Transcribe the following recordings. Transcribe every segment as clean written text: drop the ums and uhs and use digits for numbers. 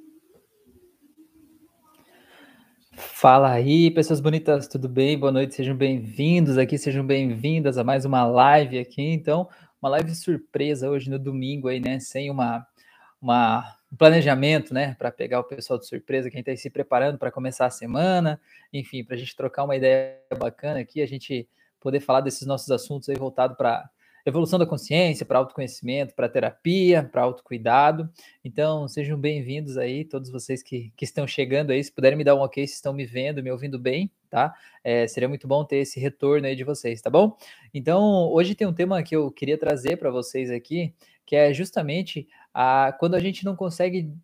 Fala aí, pessoas bonitas, tudo bem? Boa noite, sejam bem-vindos aqui, sejam bem-vindas a mais uma live aqui. Então, uma live surpresa hoje no domingo aí, né? Sem um planejamento, né? Para pegar o pessoal de surpresa, quem está aí se preparando para começar a semana, enfim, para a gente trocar uma ideia bacana aqui, a gente poder falar desses nossos assuntos aí voltado para evolução da consciência, para autoconhecimento, para terapia, para autocuidado. Então, sejam bem-vindos aí, todos vocês que estão chegando aí. Se puderem me dar um ok, se estão me vendo, me ouvindo bem, tá? Seria muito bom ter esse retorno aí de vocês, tá bom? Então, hoje tem um tema que eu queria trazer para vocês aqui, que é justamente quando a gente não consegue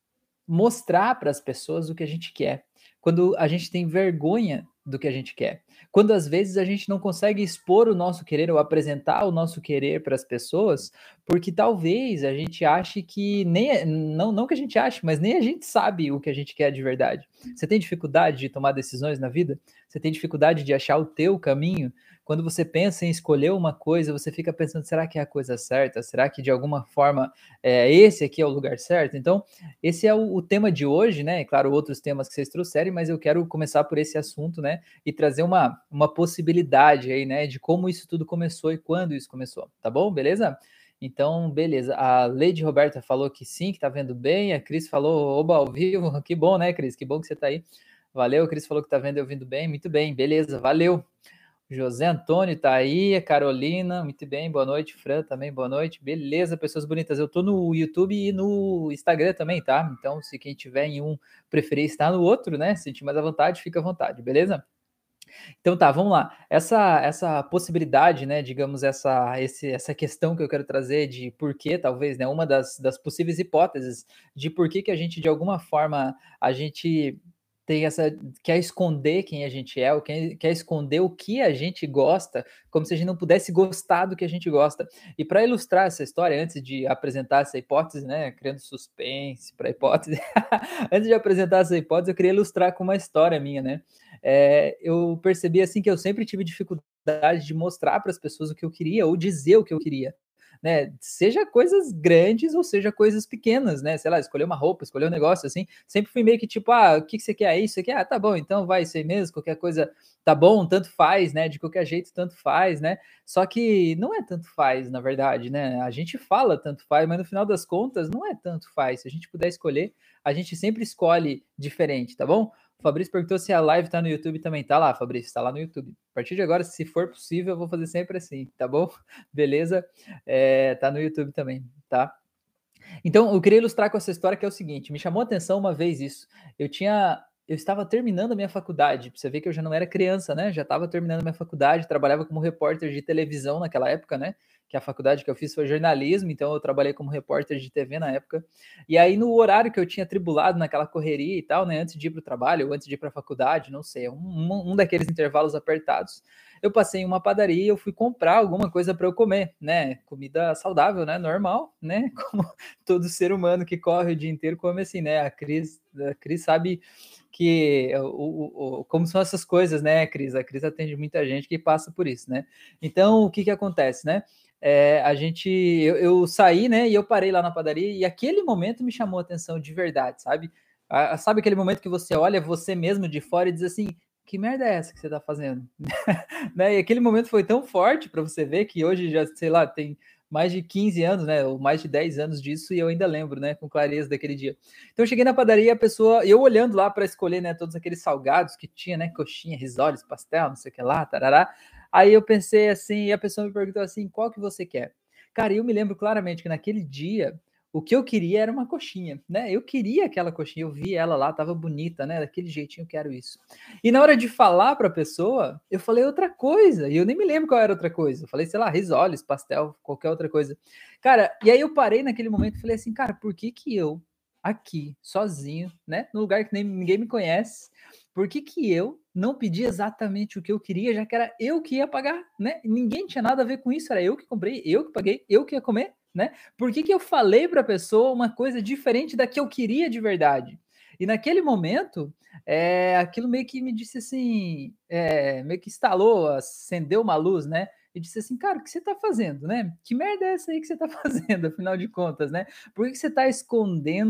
mostrar para as pessoas o que a gente quer, quando a gente tem vergonha do que a gente quer, quando às vezes a gente não consegue expor o nosso querer ou apresentar o nosso querer para as pessoas, porque talvez a gente ache que nem não que a gente ache, mas nem a gente sabe o que a gente quer de verdade. Você tem dificuldade de tomar decisões na vida? Você tem dificuldade de achar o teu caminho? Quando você pensa em escolher uma coisa, você fica pensando, será que é a coisa certa? Será que de alguma forma esse aqui é o lugar certo? Então, esse é o tema de hoje, né? E claro, outros temas que vocês trouxerem, mas eu quero começar por esse assunto, né? E trazer uma possibilidade aí, né? De como isso tudo começou e quando isso começou, tá bom? Beleza? Então, beleza. A Lady Roberta falou que sim, que tá vendo bem. A Cris falou, oba, ao vivo. Que bom, né, Cris? Que bom que você tá aí. Valeu, a Cris falou que tá vendo e ouvindo bem. Muito bem, beleza, valeu. José Antônio tá aí, a Carolina, muito bem, boa noite, Fran também, boa noite, beleza, pessoas bonitas, eu tô no YouTube e no Instagram também, tá? Então, se quem tiver em um preferir estar no outro, né, sentir mais à vontade, fica à vontade, beleza? Então tá, vamos lá. Essa possibilidade, né, digamos, essa questão que eu quero trazer de por que, talvez, né, uma das possíveis hipóteses de por que a gente, de alguma forma, a gente tem quer esconder quem a gente é, ou quer esconder o que a gente gosta, como se a gente não pudesse gostar do que a gente gosta. E para ilustrar essa história, antes de apresentar essa hipótese, né, criando suspense para a hipótese, antes de apresentar essa hipótese, eu queria ilustrar com uma história minha, né? Eu percebi assim que eu sempre tive dificuldade de mostrar para as pessoas o que eu queria ou dizer o que eu queria, né? Seja coisas grandes ou seja coisas pequenas, né? Sei lá, escolher uma roupa, escolher um negócio assim. Sempre fui meio que tipo, o que você quer? Isso aqui? Ah, tá bom, então vai ser mesmo, qualquer coisa tá bom, tanto faz, né? De qualquer jeito, tanto faz, né? Só que não é tanto faz, na verdade, né? A gente fala tanto faz, mas no final das contas não é tanto faz. Se a gente puder escolher, a gente sempre escolhe diferente, tá bom? O Fabrício perguntou se a live tá no YouTube também. Tá lá, Fabrício, tá lá no YouTube. A partir de agora, se for possível, eu vou fazer sempre assim, tá bom? Beleza? Tá no YouTube também, tá? Então, eu queria ilustrar com essa história que é o seguinte: me chamou a atenção uma vez isso. Eu estava terminando a minha faculdade, pra você ver que eu já não era criança, né? Já estava terminando a minha faculdade, trabalhava como repórter de televisão naquela época, né? Que a faculdade que eu fiz foi jornalismo, então eu trabalhei como repórter de TV na época. E aí, no horário que eu tinha tribulado naquela correria e tal, né? Antes de ir para o trabalho, ou antes de ir para a faculdade, não sei, um daqueles intervalos apertados, eu passei em uma padaria e eu fui comprar alguma coisa para eu comer, né? Comida saudável, né? Normal, né? Como todo ser humano que corre o dia inteiro come assim, né? A Cris sabe que como são essas coisas, né, Cris? A Cris atende muita gente que passa por isso, né? Então, o que que acontece, né? Eu saí, né, e eu parei lá na padaria e aquele momento me chamou a atenção de verdade, sabe? Sabe aquele momento que você olha você mesmo de fora e diz assim, que merda é essa que você tá fazendo? Né? E aquele momento foi tão forte para você ver que hoje já, sei lá, tem mais de 15 anos, né, ou mais de 10 anos disso, e eu ainda lembro, né, com clareza daquele dia. Então eu cheguei na padaria e a pessoa, eu olhando lá para escolher, né, todos aqueles salgados que tinha, né, coxinha, risoles, pastel, não sei o que lá, tarará. Aí eu pensei assim, e a pessoa me perguntou assim, qual que você quer? Cara, eu me lembro claramente que naquele dia o que eu queria era uma coxinha, né? Eu queria aquela coxinha, eu vi ela lá, tava bonita, né? Daquele jeitinho, eu quero isso. E na hora de falar para a pessoa, eu falei outra coisa, e eu nem me lembro qual era outra coisa. Eu falei, sei lá, risoles, pastel, qualquer outra coisa. Cara, e aí eu parei naquele momento e falei assim, cara, por que que eu, aqui, sozinho, né, num lugar que nem ninguém me conhece, por que que eu não pedi exatamente o que eu queria, já que era eu que ia pagar, né? Ninguém tinha nada a ver com isso, era eu que comprei, eu que paguei, eu que ia comer, né? Por que que eu falei para a pessoa uma coisa diferente da que eu queria de verdade? E naquele momento, aquilo meio que me disse assim, meio que instalou, acendeu uma luz, né? E disse assim, cara, o que você tá fazendo, né? Que merda é essa aí que você tá fazendo, afinal de contas, né? Por que você tá escondendo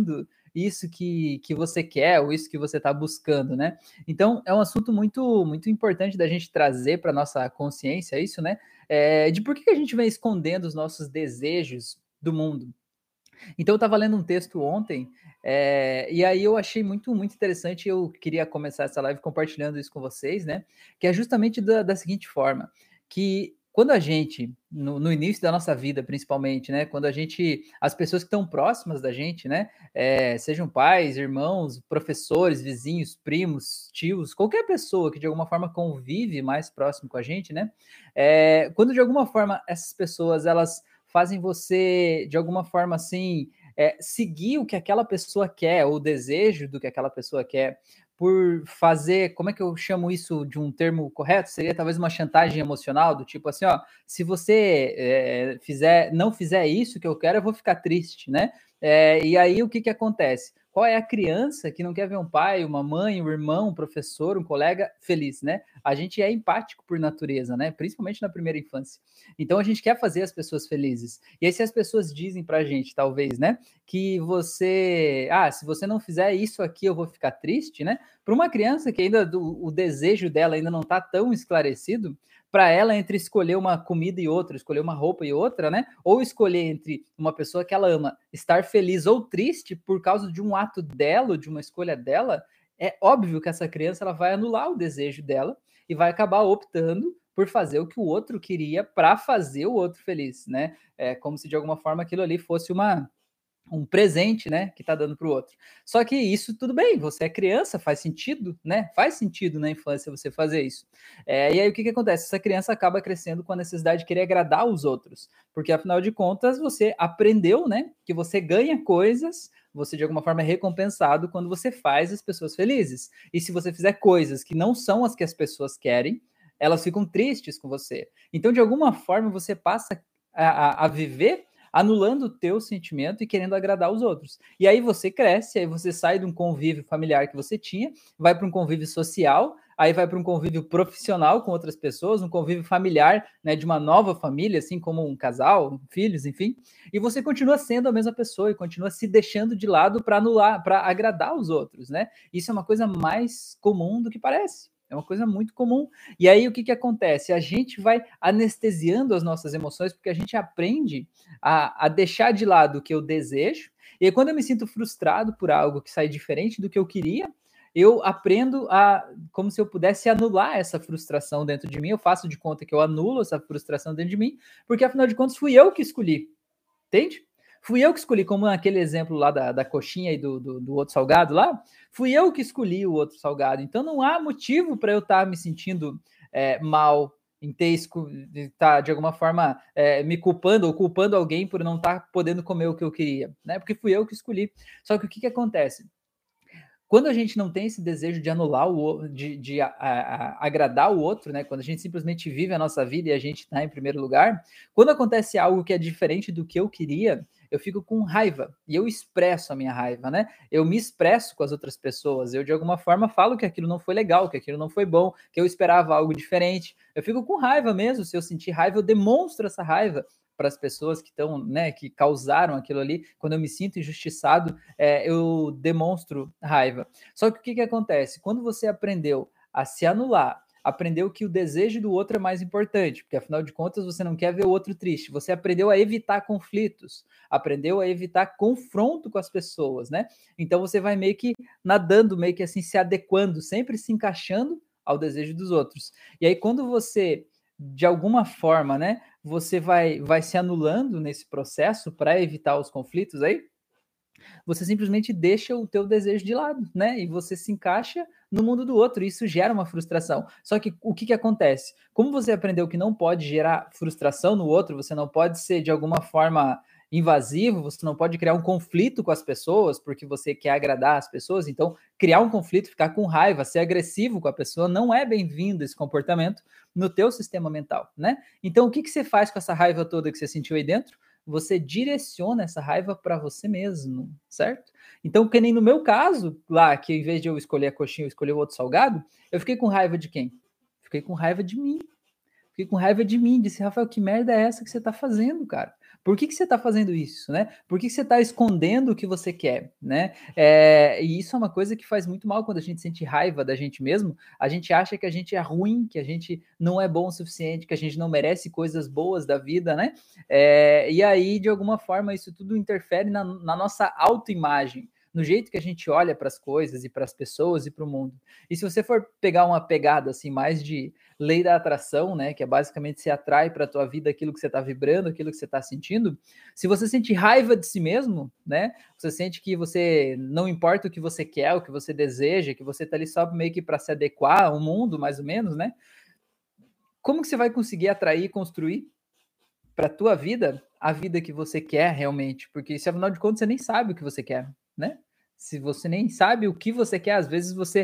isso que você quer ou isso que você está buscando, né? Então, é um assunto muito, muito importante da gente trazer para nossa consciência isso, né? De por que a gente vem escondendo os nossos desejos do mundo. Então, eu estava lendo um texto ontem, e aí eu achei muito, muito interessante. Eu queria começar essa live compartilhando isso com vocês, né? Que é justamente da seguinte forma: que quando a gente, no início da nossa vida, principalmente, né? Quando a gente, as pessoas que estão próximas da gente, né? Sejam pais, irmãos, professores, vizinhos, primos, tios, qualquer pessoa que de alguma forma convive mais próximo com a gente, né? Quando de alguma forma essas pessoas elas fazem você, de alguma forma, assim, seguir o que aquela pessoa quer, ou o desejo do que aquela pessoa quer, por fazer, como é que eu chamo isso de um termo correto? Seria talvez uma chantagem emocional, do tipo assim, ó, se você não fizer isso que eu quero, eu vou ficar triste, né? E aí o que acontece? Qual é a criança que não quer ver um pai, uma mãe, um irmão, um professor, um colega feliz, né? A gente é empático por natureza, né? Principalmente na primeira infância. Então a gente quer fazer as pessoas felizes. E aí se as pessoas dizem pra gente, talvez, né, que se você não fizer isso aqui, eu vou ficar triste, né? Para uma criança que ainda o desejo dela ainda não está tão esclarecido, para ela entre escolher uma comida e outra, escolher uma roupa e outra, né? Ou escolher entre uma pessoa que ela ama estar feliz ou triste por causa de um ato dela, ou de uma escolha dela, é óbvio que essa criança ela vai anular o desejo dela e vai acabar optando por fazer o que o outro queria para fazer o outro feliz, né? É como se de alguma forma aquilo ali fosse um presente, né, que tá dando para o outro. Só que isso tudo bem, você é criança, faz sentido, né? Faz sentido na infância você fazer isso. E aí o que acontece? Essa criança acaba crescendo com a necessidade de querer agradar os outros, porque afinal de contas você aprendeu, né, que você ganha coisas, você de alguma forma é recompensado quando você faz as pessoas felizes. E se você fizer coisas que não são as que as pessoas querem, elas ficam tristes com você. Então, de alguma forma, você passa a viver anulando o teu sentimento e querendo agradar os outros. E aí você cresce, aí você sai de um convívio familiar que você tinha, vai para um convívio social, aí vai para um convívio profissional com outras pessoas, um convívio familiar, né, de uma nova família, assim como um casal, filhos, enfim, e você continua sendo a mesma pessoa e continua se deixando de lado para anular, para agradar os outros, né? Isso é uma coisa mais comum do que parece. É uma coisa muito comum. E aí o que acontece? A gente vai anestesiando as nossas emoções porque a gente aprende a deixar de lado o que eu desejo. E aí, quando eu me sinto frustrado por algo que sai diferente do que eu queria, eu aprendo como se eu pudesse anular essa frustração dentro de mim. Eu faço de conta que eu anulo essa frustração dentro de mim, porque afinal de contas fui eu que escolhi, entende? Fui eu que escolhi, como naquele exemplo lá da coxinha e do outro salgado lá, fui eu que escolhi o outro salgado. Então não há motivo para eu estar me sentindo mal, em ter estar de alguma forma me culpando ou culpando alguém por não estar podendo comer o que eu queria, né? Porque fui eu que escolhi. Só que o que acontece? Quando a gente não tem esse desejo de anular de agradar o outro, né? Quando a gente simplesmente vive a nossa vida e a gente está em primeiro lugar, quando acontece algo que é diferente do que eu queria, eu fico com raiva e eu expresso a minha raiva, né? Eu me expresso com as outras pessoas, eu de alguma forma falo que aquilo não foi legal, que aquilo não foi bom, que eu esperava algo diferente. Eu fico com raiva mesmo. Se eu sentir raiva, eu demonstro essa raiva para as pessoas que estão, né, que causaram aquilo ali. Quando eu me sinto injustiçado, eu demonstro raiva. Só que o que acontece? Quando você aprendeu a se anular, aprendeu que o desejo do outro é mais importante, porque afinal de contas você não quer ver o outro triste. Você aprendeu a evitar conflitos, aprendeu a evitar confronto com as pessoas, né? Então você vai meio que nadando, meio que assim se adequando, sempre se encaixando ao desejo dos outros. E aí quando você de alguma forma, né, você vai se anulando nesse processo para evitar os conflitos aí, você simplesmente deixa o teu desejo de lado, né? E você se encaixa no mundo do outro, e isso gera uma frustração. Só que o que acontece? Como você aprendeu que não pode gerar frustração no outro, você não pode ser de alguma forma invasivo, você não pode criar um conflito com as pessoas porque você quer agradar as pessoas, então criar um conflito, ficar com raiva, ser agressivo com a pessoa, não é bem-vindo esse comportamento no teu sistema mental, né? Então o que você faz com essa raiva toda que você sentiu aí dentro? Você direciona essa raiva para você mesmo, certo? Então, que nem no meu caso, lá, que em vez de eu escolher a coxinha, eu escolhi o outro salgado, eu fiquei com raiva de quem? Fiquei com raiva de mim. Fiquei com raiva de mim. Disse, Rafael, que merda é essa que você tá fazendo, cara? Por que você está fazendo isso, né? Por que você está escondendo o que você quer, né? E isso é uma coisa que faz muito mal quando a gente sente raiva da gente mesmo. A gente acha que a gente é ruim, que a gente não é bom o suficiente, que a gente não merece coisas boas da vida, né? E aí, de alguma forma, isso tudo interfere na nossa autoimagem, no jeito que a gente olha para as coisas e para as pessoas e para o mundo. E se você for pegar uma pegada assim mais de lei da atração, né, que é basicamente você atrai para a tua vida aquilo que você está vibrando, aquilo que você está sentindo. Se você sente raiva de si mesmo, né, você sente que você não importa o que você quer, o que você deseja, que você está ali só meio que para se adequar ao mundo, mais ou menos, né? Como que você vai conseguir atrair e construir para a tua vida a vida que você quer realmente? Porque se afinal de contas você nem sabe o que você quer, né? Se você nem sabe o que você quer, às vezes você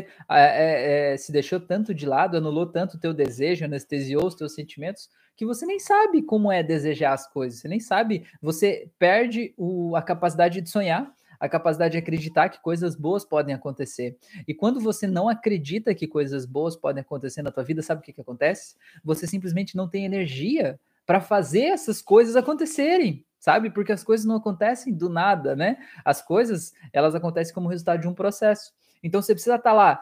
se deixou tanto de lado, anulou tanto o teu desejo, anestesiou os teus sentimentos, que você nem sabe como é desejar as coisas, você nem sabe, você perde a capacidade de sonhar, a capacidade de acreditar que coisas boas podem acontecer. E quando você não acredita que coisas boas podem acontecer na tua vida, sabe o que acontece? Você simplesmente não tem energia para fazer essas coisas acontecerem, sabe? Porque as coisas não acontecem do nada, né? As coisas, elas acontecem como resultado de um processo. Então você precisa estar lá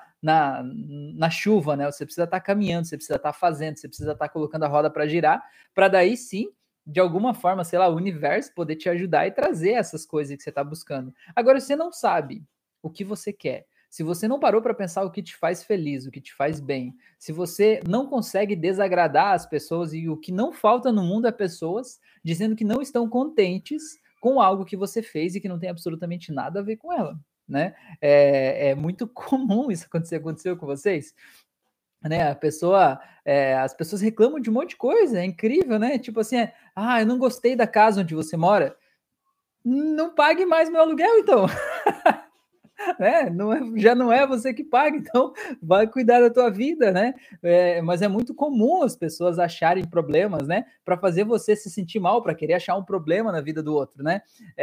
na chuva, né? Você precisa estar caminhando, você precisa estar fazendo, você precisa estar colocando a roda para girar, para daí sim, de alguma forma, sei lá, o universo poder te ajudar e trazer essas coisas que você está buscando. Agora, você não sabe o que você quer. Se você não parou para pensar o que te faz feliz, o que te faz bem, se você não consegue desagradar as pessoas, e o que não falta no mundo é pessoas dizendo que não estão contentes com algo que você fez e que não tem absolutamente nada a ver com ela, né? É muito comum isso acontecer. Aconteceu com vocês? Né, as pessoas reclamam de um monte de coisa, é incrível, né? Tipo assim, eu não gostei da casa onde você mora. Não pague mais meu aluguel, então. Né? Já não é você que paga, então vai cuidar da tua vida, né? Mas é muito comum as pessoas acharem problemas, né? Para fazer você se sentir mal, para querer achar um problema na vida do outro, né?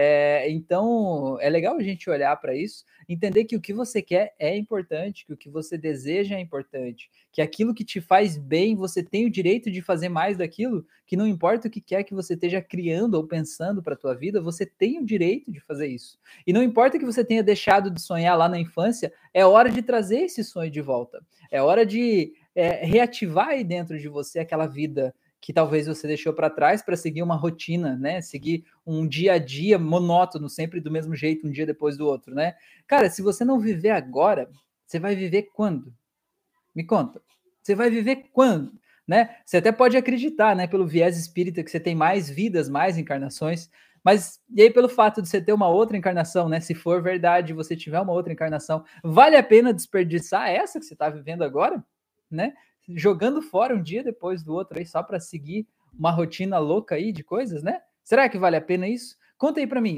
Então é legal a gente olhar para isso, entender que o que você quer é importante, que o que você deseja é importante, que aquilo que te faz bem, você tem o direito de fazer mais daquilo, que não importa o que quer que você esteja criando ou pensando para a tua vida, você tem o direito de fazer isso. E não importa que você tenha deixado de sonhar lá na infância, é hora de trazer esse sonho de volta. É hora de reativar aí dentro de você aquela vida que talvez você deixou para trás para seguir uma rotina, né? Seguir um dia a dia monótono, sempre do mesmo jeito, um dia depois do outro, né? Cara, se você não viver agora, você vai viver quando? Me conta. Você vai viver quando? Né? Você até pode acreditar, né, pelo viés espírita, que você tem mais vidas, mais encarnações, mas e aí pelo fato de você ter uma outra encarnação, né, se for verdade, você tiver uma outra encarnação, vale a pena desperdiçar essa que você está vivendo agora, né? Jogando fora um dia depois do outro aí só para seguir uma rotina louca aí de coisas, né? Será que vale a pena isso? Conta aí para mim,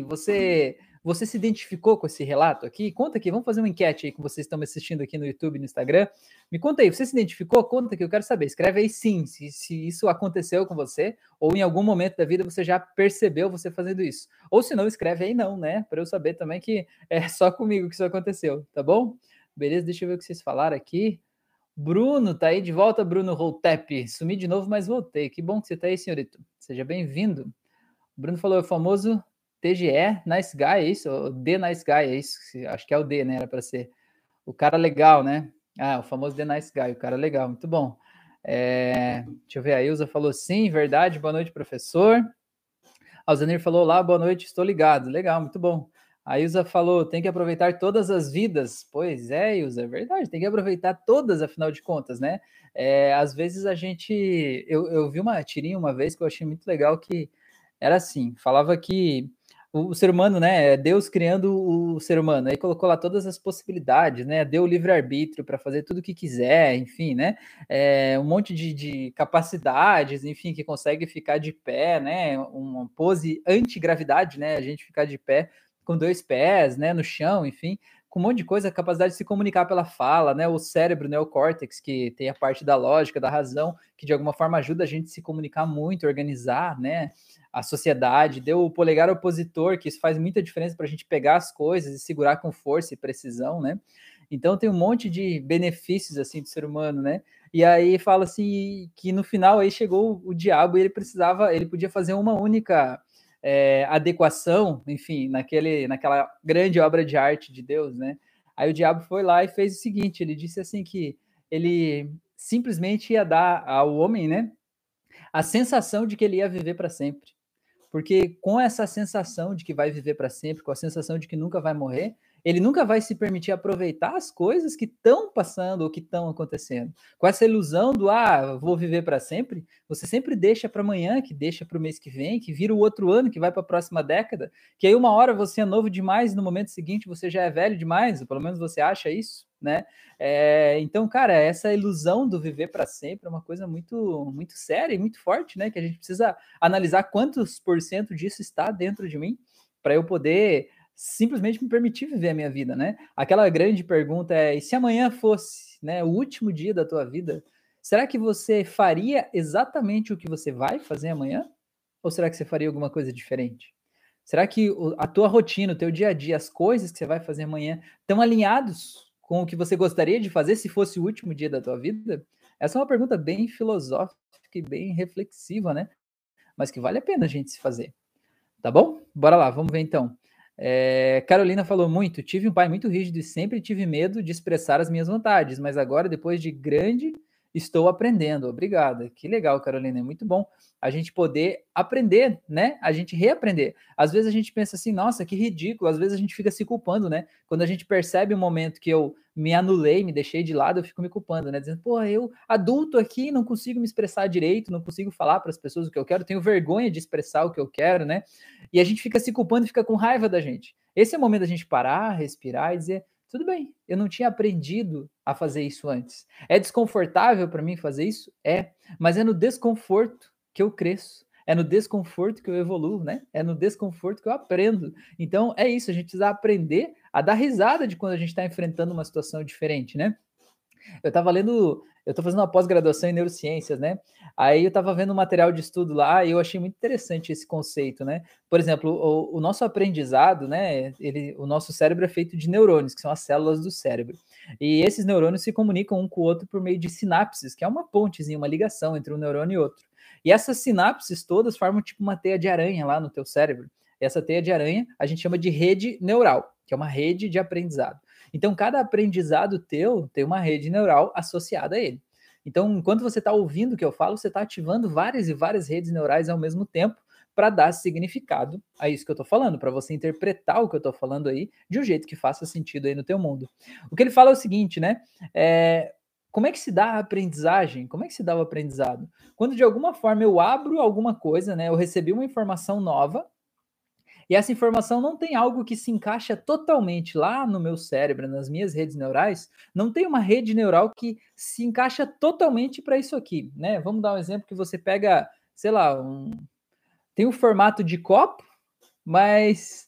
você se identificou com esse relato aqui? Conta aqui, vamos fazer uma enquete aí que vocês estão me assistindo aqui no YouTube, no Instagram. Me conta aí, você se identificou? Conta que eu quero saber. Escreve aí sim, se isso aconteceu com você, ou em algum momento da vida você já percebeu você fazendo isso. Ou se não, escreve aí não, né? Para eu saber também que é só comigo que isso aconteceu, tá bom? Beleza, deixa eu ver o que vocês falaram aqui. Bruno, tá aí de volta, Bruno Roltep. Sumi de novo, mas voltei. Que bom que você tá aí, senhorito. Seja bem-vindo. O Bruno falou, é o famoso TGE, Nice Guy, é isso? O D Nice Guy, é isso? Acho que é o D, né? Era para ser. O cara legal, né? O famoso The Nice Guy, o cara legal, muito bom. Deixa eu ver, a Ilza falou sim, verdade, boa noite, professor. Alzanir falou, olá, boa noite, estou ligado. Legal, muito bom. A Ilza falou, tem que aproveitar todas as vidas. Pois é, Ilza, é verdade, tem que aproveitar todas, afinal de contas, né? Às vezes a gente... Eu vi uma tirinha uma vez que eu achei muito legal, que era assim, falava que o ser humano, né, é Deus criando o ser humano, aí colocou lá todas as possibilidades, né, deu o livre-arbítrio para fazer tudo o que quiser, enfim, né, um monte de capacidades, enfim, que consegue ficar de pé, né, uma pose antigravidade, né, a gente ficar de pé com dois pés, né, no chão, enfim, com um monte de coisa, a capacidade de se comunicar pela fala, né, o cérebro, né, o córtex, que tem a parte da lógica, da razão, que de alguma forma ajuda a gente a se comunicar muito, organizar, né, a sociedade, deu o polegar opositor, que isso faz muita diferença para a gente pegar as coisas e segurar com força e precisão, né? Então tem um monte de benefícios assim do ser humano, né? E aí fala assim que no final aí chegou o diabo e ele podia fazer uma única adequação, enfim, naquela grande obra de arte de Deus, né? Aí o diabo foi lá e fez o seguinte, ele disse assim que ele simplesmente ia dar ao homem, né, a sensação de que ele ia viver para sempre. Porque com essa sensação de que vai viver para sempre, com a sensação de que nunca vai morrer, ele nunca vai se permitir aproveitar as coisas que estão passando ou que estão acontecendo. Com essa ilusão do vou viver para sempre, você sempre deixa para amanhã, que deixa para o mês que vem, que vira o outro ano, que vai para a próxima década, que aí uma hora você é novo demais e no momento seguinte você já é velho demais, ou pelo menos você acha isso, né? Então, cara, essa ilusão do viver para sempre é uma coisa muito, muito séria e muito forte, né? Que a gente precisa analisar quantos por cento disso está dentro de mim para eu poder simplesmente me permitir viver a minha vida, né? Aquela grande pergunta é: e se amanhã fosse, né, o último dia da tua vida, será que você faria exatamente o que você vai fazer amanhã? Ou será que você faria alguma coisa diferente? Será que a tua rotina, o teu dia a dia, as coisas que você vai fazer amanhã estão alinhados com o que você gostaria de fazer se fosse o último dia da tua vida? Essa é uma pergunta bem filosófica e bem reflexiva, né? Mas que vale a pena a gente se fazer. Tá bom? Bora lá, vamos ver então. Carolina falou muito. Tive um pai muito rígido e sempre tive medo de expressar as minhas vontades, mas agora, depois de grande, estou aprendendo. Obrigada. Que legal, Carolina. É muito bom a gente poder aprender, né? A gente reaprender. Às vezes a gente pensa assim, nossa, que ridículo. Às vezes a gente fica se culpando, né? Quando a gente percebe um momento que eu me anulei, me deixei de lado, eu fico me culpando, né? Dizendo, pô, eu adulto aqui não consigo me expressar direito, não consigo falar para as pessoas o que eu quero, tenho vergonha de expressar o que eu quero, né? E a gente fica se culpando e fica com raiva da gente. Esse é o momento da gente parar, respirar e dizer, tudo bem, eu não tinha aprendido a fazer isso antes. É desconfortável para mim fazer isso? É, mas é no desconforto que eu cresço. É no desconforto que eu evoluo, né? É no desconforto que eu aprendo. Então é isso, a gente precisa aprender a dar risada de quando a gente está enfrentando uma situação diferente, né? Eu estava lendo, eu estou fazendo uma pós-graduação em neurociências, né? Aí eu estava vendo um material de estudo lá e eu achei muito interessante esse conceito, né? Por exemplo, o nosso aprendizado, né? O nosso cérebro é feito de neurônios, que são as células do cérebro. E esses neurônios se comunicam um com o outro por meio de sinapses, que é uma pontezinha, uma ligação entre um neurônio e outro. E essas sinapses todas formam tipo uma teia de aranha lá no teu cérebro. E essa teia de aranha a gente chama de rede neural, que é uma rede de aprendizado. Então, cada aprendizado teu tem uma rede neural associada a ele. Então, enquanto você está ouvindo o que eu falo, você está ativando várias e várias redes neurais ao mesmo tempo para dar significado a isso que eu estou falando, para você interpretar o que eu estou falando aí de um jeito que faça sentido aí no teu mundo. O que ele fala é o seguinte, né? Como é que se dá a aprendizagem? Como é que se dá o aprendizado? Quando de alguma forma eu abro alguma coisa, né? Eu recebi uma informação nova e essa informação não tem algo que se encaixa totalmente lá no meu cérebro, nas minhas redes neurais, não tem uma rede neural que se encaixa totalmente para isso aqui, né? Vamos dar um exemplo que você pega, sei lá, tem um formato de copo, mas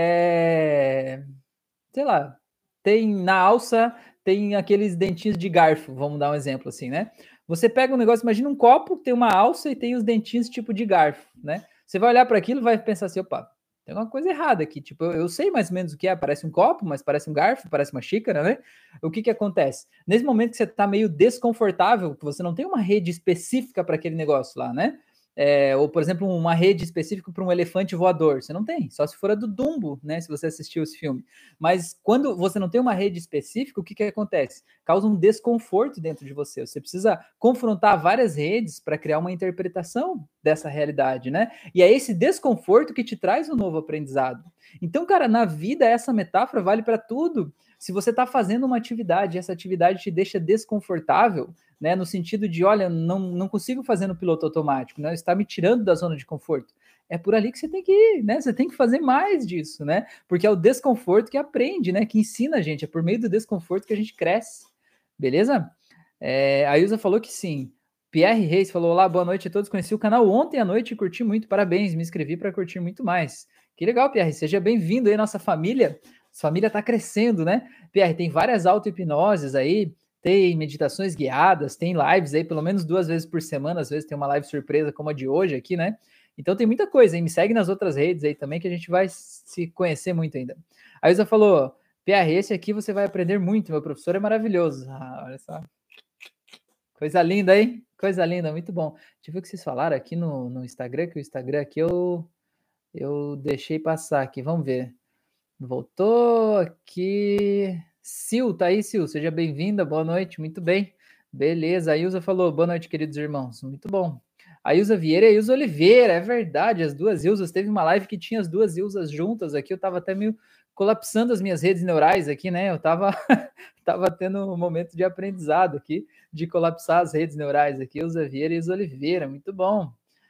sei lá, tem na alça, tem aqueles dentinhos de garfo, vamos dar um exemplo assim, né? Você pega um negócio, imagina um copo, tem uma alça e tem os dentinhos tipo de garfo, né? Você vai olhar para aquilo e vai pensar assim, opa, tem uma coisa errada aqui. Tipo, eu sei mais ou menos o que é, parece um copo, mas parece um garfo, parece uma xícara, né? O que que acontece? Nesse momento que você está meio desconfortável, que você não tem uma rede específica para aquele negócio lá, né? Ou, por exemplo, uma rede específica para um elefante voador. Você não tem, só se for a do Dumbo, né? Se você assistiu esse filme. Mas quando você não tem uma rede específica, o que que acontece? Causa um desconforto dentro de você. Você precisa confrontar várias redes para criar uma interpretação dessa realidade, né? E é esse desconforto que te traz um novo aprendizado. Então, cara, na vida, essa metáfora vale para tudo. Se você está fazendo uma atividade e essa atividade te deixa desconfortável, né, no sentido de, olha, não consigo fazer no piloto automático, né, está me tirando da zona de conforto. É por ali que você tem que ir, né? Você tem que fazer mais disso, né? Porque é o desconforto que aprende, né? Que ensina a gente. É por meio do desconforto que a gente cresce. Beleza? A Ilza falou que sim. Pierre Reis falou: olá, boa noite a todos. Conheci o canal ontem à noite e curti muito. Parabéns, me inscrevi para curtir muito mais. Que legal, Pierre. Seja bem-vindo aí, nossa família. Sua família está crescendo, né? Pierre, tem várias auto-hipnoses aí, tem meditações guiadas, tem lives aí, pelo menos 2 vezes por semana. Às vezes tem uma live surpresa como a de hoje aqui, né? Então tem muita coisa, hein? Me segue nas outras redes aí também, que a gente vai se conhecer muito ainda. A Isa falou: Pierre, esse aqui você vai aprender muito, meu professor é maravilhoso. Olha só. Coisa linda, hein? Coisa linda, muito bom. Deixa eu ver o que vocês falaram aqui no Instagram, que o Instagram aqui Eu deixei passar aqui, vamos ver. Voltou aqui. Sil, tá aí, Sil? Seja bem-vinda, boa noite, muito bem. Beleza, a Ilza falou, boa noite, queridos irmãos, muito bom. A Ilza Vieira e a Ilza Oliveira, é verdade, as duas Ilzas. Teve uma live que tinha as duas Ilzas juntas aqui, eu tava até meio colapsando as minhas redes neurais aqui, né? Eu tava, tava tendo um momento de aprendizado aqui, de colapsar as redes neurais aqui, Ilza Vieira e Ilza Oliveira, muito bom.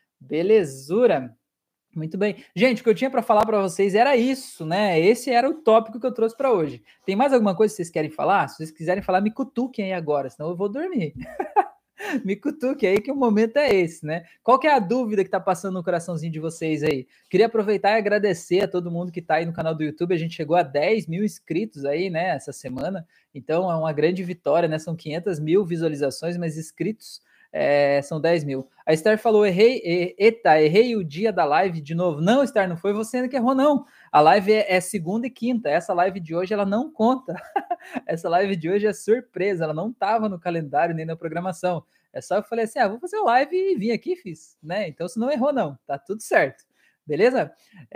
Belezura. Muito bem. Gente, o que eu tinha para falar para vocês era isso, né? Esse era o tópico que eu trouxe para hoje. Tem mais alguma coisa que vocês querem falar? Se vocês quiserem falar, me cutuquem aí agora, senão eu vou dormir. Me cutuque aí que o momento é esse, né? Qual que é a dúvida que tá passando no coraçãozinho de vocês aí? Queria aproveitar e agradecer a todo mundo que tá aí no canal do YouTube. A gente chegou a 10 mil inscritos aí, né, essa semana. Então é uma grande vitória, né? São 500 mil visualizações, mas inscritos são 10 mil. A Esther falou, errei o dia da live de novo. Não, Esther, não foi você que errou, não. A live é segunda e quinta. Essa live de hoje, ela não conta. Essa live de hoje é surpresa, ela não estava no calendário nem na programação. É só eu falei assim, vou fazer live e vim aqui, fiz, né? Então você não errou não, tá tudo certo. Beleza?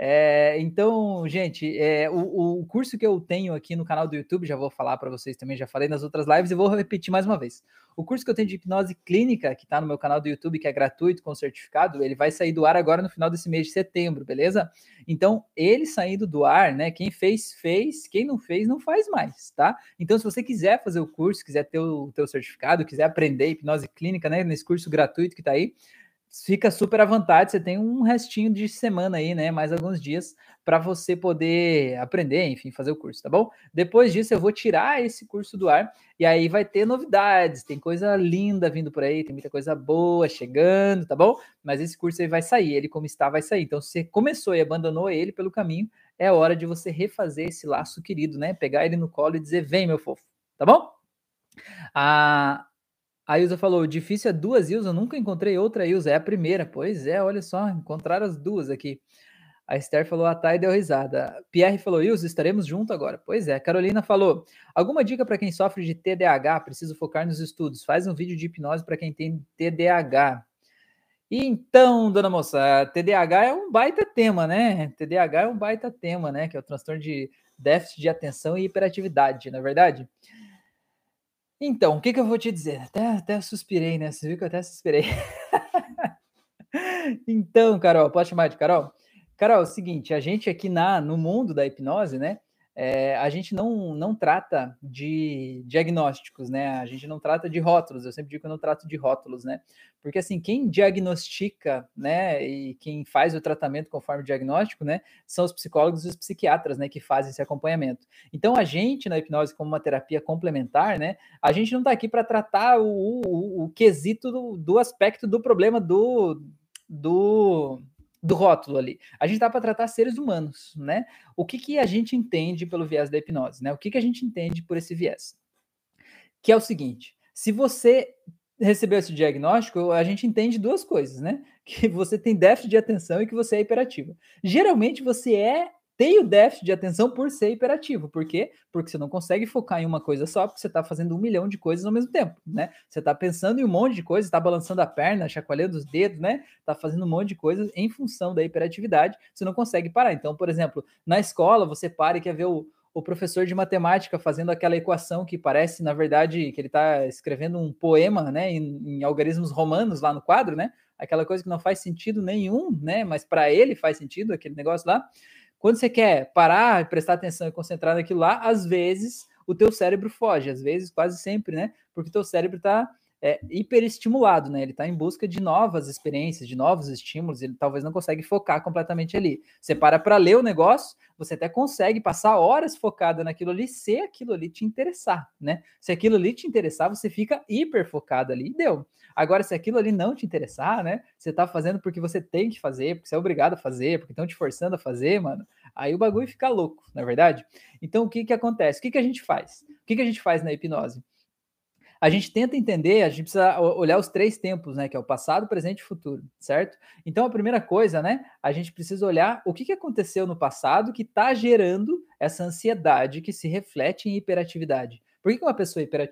Então, gente, o curso que eu tenho aqui no canal do YouTube, já vou falar para vocês também, já falei nas outras lives e vou repetir mais uma vez. O curso que eu tenho de hipnose clínica, que está no meu canal do YouTube, que é gratuito, com certificado, ele vai sair do ar agora no final desse mês de setembro, beleza? Então, ele saindo do ar, né? Quem fez, fez. Quem não fez, não faz mais, tá? Então, se você quiser fazer o curso, quiser ter o teu certificado, quiser aprender hipnose clínica, né? Nesse curso gratuito que tá aí, fica super à vontade, você tem um restinho de semana aí, né? Mais alguns dias para você poder aprender, enfim, fazer o curso, tá bom? Depois disso, eu vou tirar esse curso do ar e aí vai ter novidades, tem coisa linda vindo por aí, tem muita coisa boa chegando, tá bom? Mas esse curso aí vai sair, ele como está vai sair. Então, se você começou e abandonou ele pelo caminho, é hora de você refazer esse laço querido, né? Pegar ele no colo e dizer, vem, meu fofo, tá bom? A Ilza falou, difícil é duas Ilza, eu nunca encontrei outra Ilza, é a primeira. Pois é, olha só, encontraram as duas aqui. A Esther falou, a Thay deu risada. Pierre falou, Ilza, estaremos juntos agora. Pois é. Carolina falou, alguma dica para quem sofre de TDAH? Preciso focar nos estudos. Faz um vídeo de hipnose para quem tem TDAH. Então, dona moça, TDAH é um baita tema, né? TDAH é um baita tema, né? Que é o transtorno de déficit de atenção e hiperatividade, não é verdade? Então, o que eu vou te dizer? Até suspirei, né? Você viu que eu até suspirei. Então, Carol, pode chamar de Carol? Carol, é o seguinte, a gente aqui no mundo da hipnose, né? A gente não trata de diagnósticos, né? A gente não trata de rótulos. Eu sempre digo que eu não trato de rótulos, né? Porque assim, quem diagnostica, né? E quem faz o tratamento conforme o diagnóstico, né? São os psicólogos e os psiquiatras, né? Que fazem esse acompanhamento. Então, a gente na hipnose como uma terapia complementar, né? A gente não está aqui para tratar o quesito do aspecto do problema do rótulo ali. A gente está para tratar seres humanos, né? O que a gente entende pelo viés da hipnose, né? O que a gente entende por esse viés? Que é o seguinte, se você recebeu esse diagnóstico, a gente entende duas coisas, né? Que você tem déficit de atenção e que você é hiperativo. Geralmente você tem o déficit de atenção por ser hiperativo. Por quê? Porque você não consegue focar em uma coisa só, porque você está fazendo 1 milhão de coisas ao mesmo tempo, né? Você está pensando em um monte de coisas, está balançando a perna, chacoalhando os dedos, né? Está fazendo um monte de coisas em função da hiperatividade, você não consegue parar. Então, por exemplo, na escola, você para e quer ver o professor de matemática fazendo aquela equação que parece, na verdade, que ele está escrevendo um poema, né, em algarismos romanos lá no quadro, né? Aquela coisa que não faz sentido nenhum, né? Mas para ele faz sentido aquele negócio lá. Quando você quer parar, prestar atenção e concentrar naquilo lá, às vezes o teu cérebro foge, às vezes quase sempre, né? Porque o teu cérebro está hiperestimulado, né? Ele está em busca de novas experiências, de novos estímulos, ele talvez não consegue focar completamente ali. Você para ler o negócio, você até consegue passar horas focada naquilo ali, se aquilo ali te interessar, né? Se aquilo ali te interessar, você fica hiper focado ali e deu. Agora, se aquilo ali não te interessar, né? Você tá fazendo porque você tem que fazer, porque você é obrigado a fazer, porque estão te forçando a fazer, mano. Aí o bagulho fica louco, não é verdade? Então, o que acontece? O que a gente faz? O que a gente faz na hipnose? A gente tenta entender, a gente precisa olhar os 3 tempos, né? Que é o passado, presente e futuro, certo? Então, a primeira coisa, né? A gente precisa olhar o que aconteceu no passado que está gerando essa ansiedade que se reflete em hiperatividade. Por que uma pessoa é hiperativa?